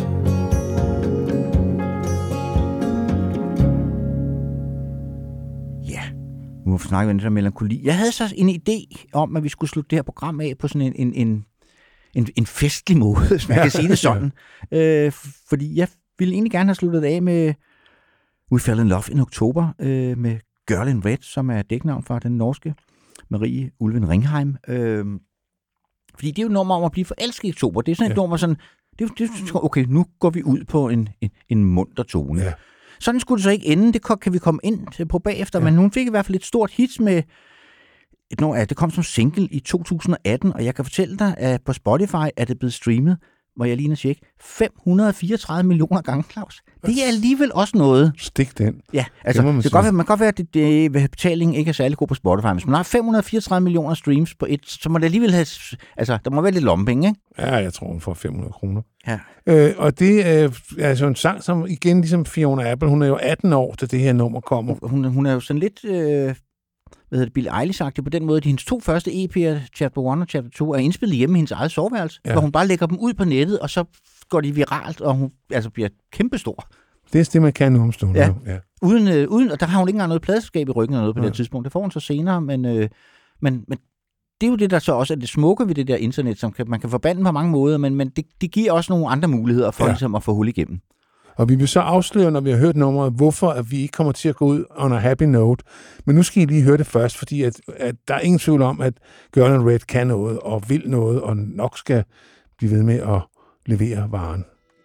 Ja, nu snakker vi om melankoli. Jeg havde så en idé om, at vi skulle slutte det her program af på sådan en festlig måde, hvis man kan sige det sådan. Fordi jeg ville egentlig gerne have sluttet af med We Fell in Love in Oktober, med Girl in Red, som er dæknavn for den norske Marie Ulven Ringheim. Fordi det er jo et nummer om at blive forelsket i oktober. Det er sådan et nummer sådan, okay, nu går vi ud på en munter tone. Ja. Sådan skulle det så ikke ende. Det kan vi komme ind på bagefter, men hun fik i hvert fald et stort hit med det kom som single i 2018, og jeg kan fortælle dig, at på Spotify er det blevet streamet, hvor jeg lige tjekke, 534 millioner gange, Claus. Det er alligevel også noget. Stik den. Ja, altså, man kan godt være, at betalingen ikke er særlig god på Spotify. Hvis man har 534 millioner streams på et, så må det alligevel have, altså, der må være lidt lommepenge, ikke? Ja, jeg tror, hun får 500 kroner. Ja. Og det er altså en sang, som igen, ligesom Fiona Apple, hun er jo 18 år, da det her nummer kommer. Hun er jo sådan lidt... Billie Eilish-agtig på den måde, at hendes 2 første EP'er, Chapter 1 og Chapter 2, er indspillet hjemme i hendes eget soveværelse, hvor hun bare lægger dem ud på nettet, og så går de viralt, og hun bliver kæmpestor. Det er det, man kan nu om stunden. Ja. Uden, og der har hun ikke engang noget pladeskab i ryggen eller noget på det tidspunkt. Det får hun så senere, men det er jo det, der så også er det smukke ved det der internet, som man kan forbande på mange måder, men det giver også nogle andre muligheder for ligesom at få hul igennem. Og vi vil så afsløre, når vi har hørt nummeret, hvorfor at vi ikke kommer til at gå ud on a happy note. Men nu skal I lige høre det først, fordi at der er ingen tvivl om, at Girl in Red kan noget og vil noget, og nok skal blive ved med at levere varen.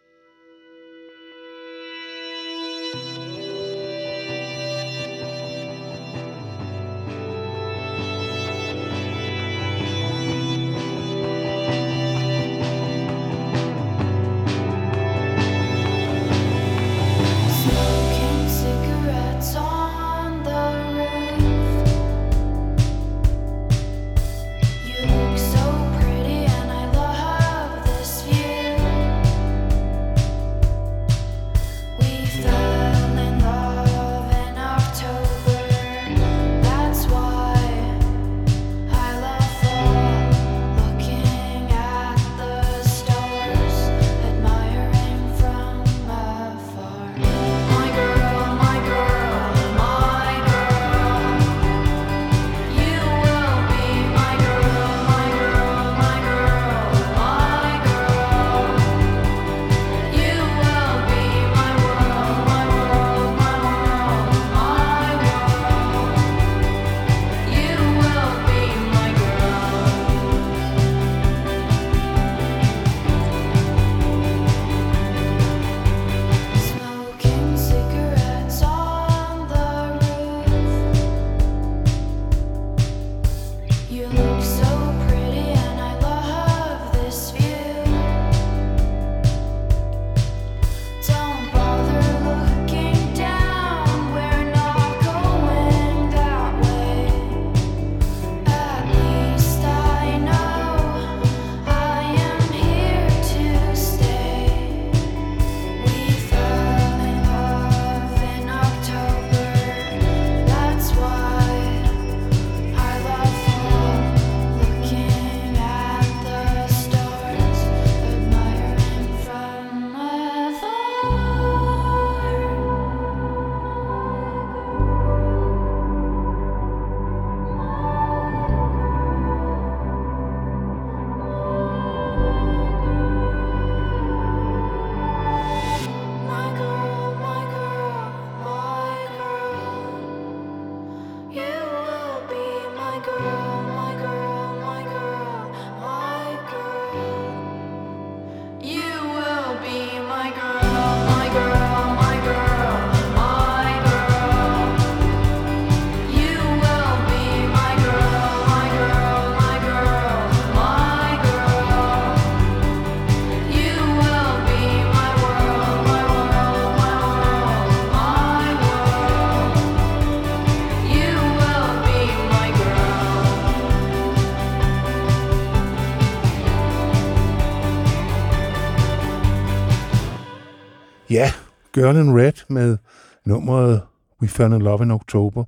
Ja, Girl in Red med nummeret We Fell in Love in October.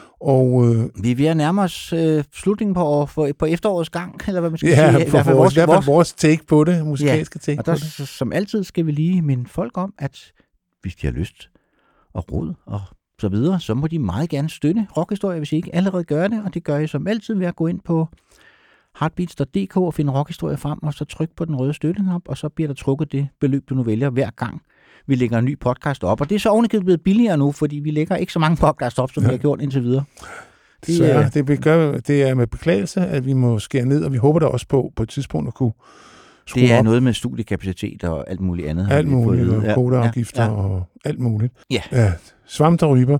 Og, vi er ved at nærme os slutningen på efterårets gang, eller hvad man skal sige. I hvert fald vores take på det, musikalske take og der, på det. Som altid skal vi lige minde folk om, at hvis de har lyst og råd og så videre, så må de meget gerne støtte Rockhistorie, hvis I ikke allerede gør det, og det gør I som altid ved at gå ind på heartbeats.dk og finde rockhistorier frem, og så tryk på den røde støtteknap, og så bliver der trukket det beløb, du nu vælger hver gang, vi lægger en ny podcast op. Og det er så ovenikøbet blevet billigere nu, fordi vi lægger ikke så mange podcast op, som vi har gjort indtil videre. Det er med beklagelse, at vi må skære ned, og vi håber da også på et tidspunkt at kunne skrue op. Det er noget med studiekapacitet og alt muligt andet. Alt muligt, og kvoteafgifter og alt muligt. Ja. Svamp der ryber.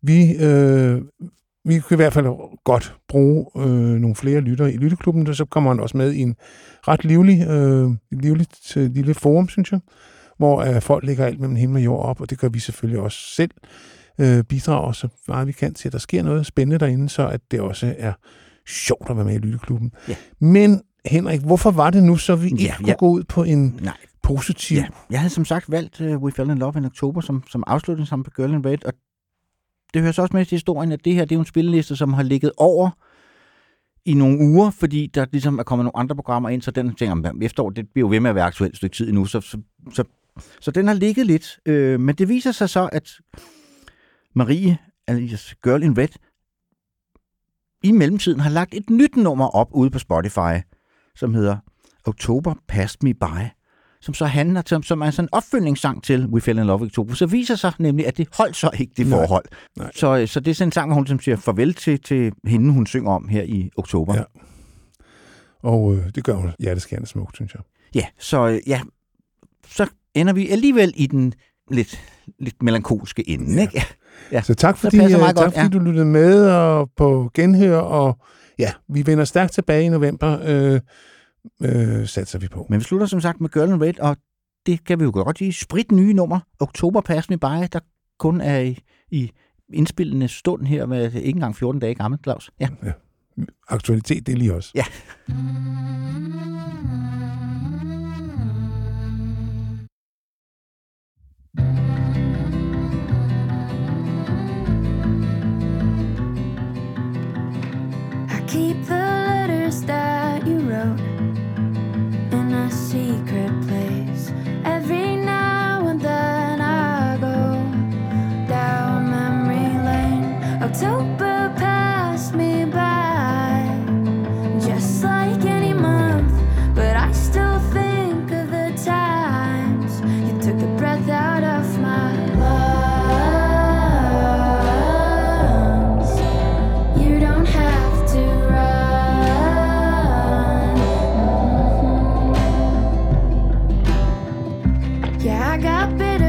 Vi kan i hvert fald godt bruge nogle flere lyttere i Lytteklubben, og så kommer han også med i en ret livligt lille forum, synes jeg, hvor folk lægger alt mellem himmel og jord op, og det gør vi selvfølgelig også selv. Bidrager så meget vi kan til, at der sker noget spændende derinde, så at det også er sjovt at være med i Lytteklubben. Ja. Men Henrik, hvorfor var det nu, så vi ikke kunne gå ud på en positiv... Ja. Jeg havde som sagt valgt We Fell in Love in October som afslutning sammen på Girl in Red, og det hører så også med til historien, at det her det er jo en spilleliste, som har ligget over i nogle uger, fordi der ligesom er kommet nogle andre programmer ind, så den tænker, efterår, det bliver jo ved med at være aktuelt et stykke tid endnu, så den har ligget lidt. Men det viser sig så, at Marie, altså Girl in Red, i mellemtiden har lagt et nyt nummer op ude på Spotify, som hedder October Passed Me By, som så handler som er sådan en opfølgningssang til We Fell in Love in October. Så viser sig nemlig, at det holdt så ikke det forhold. Nej. Så det er sådan en sang, hvor hun som siger farvel til hende, hun synger om her i oktober. Ja. Og det gør hun hjerteskærende smukt, synes jeg. Ja, så ender vi alligevel i den lidt melankolske ende, ikke? Ja. Så tak fordi du lyttede med og på genhør, og vi vender stærkt tilbage i november, satser vi på. Men vi slutter som sagt med Girl in Red, og det kan vi jo godt sige. Sprit nye nummer, October Pass Me By, der kun er i indspillende stund her, med ikke engang 14 dage gammel, Claus. Ja. Aktualitet, det er lige også. Ja. Keep the letters that you wrote in a secret place. Every now and then I go down memory lane. October passed me by, just like any month, but I still think of the times you took the breath out of my lungs. You don't have to I got bitter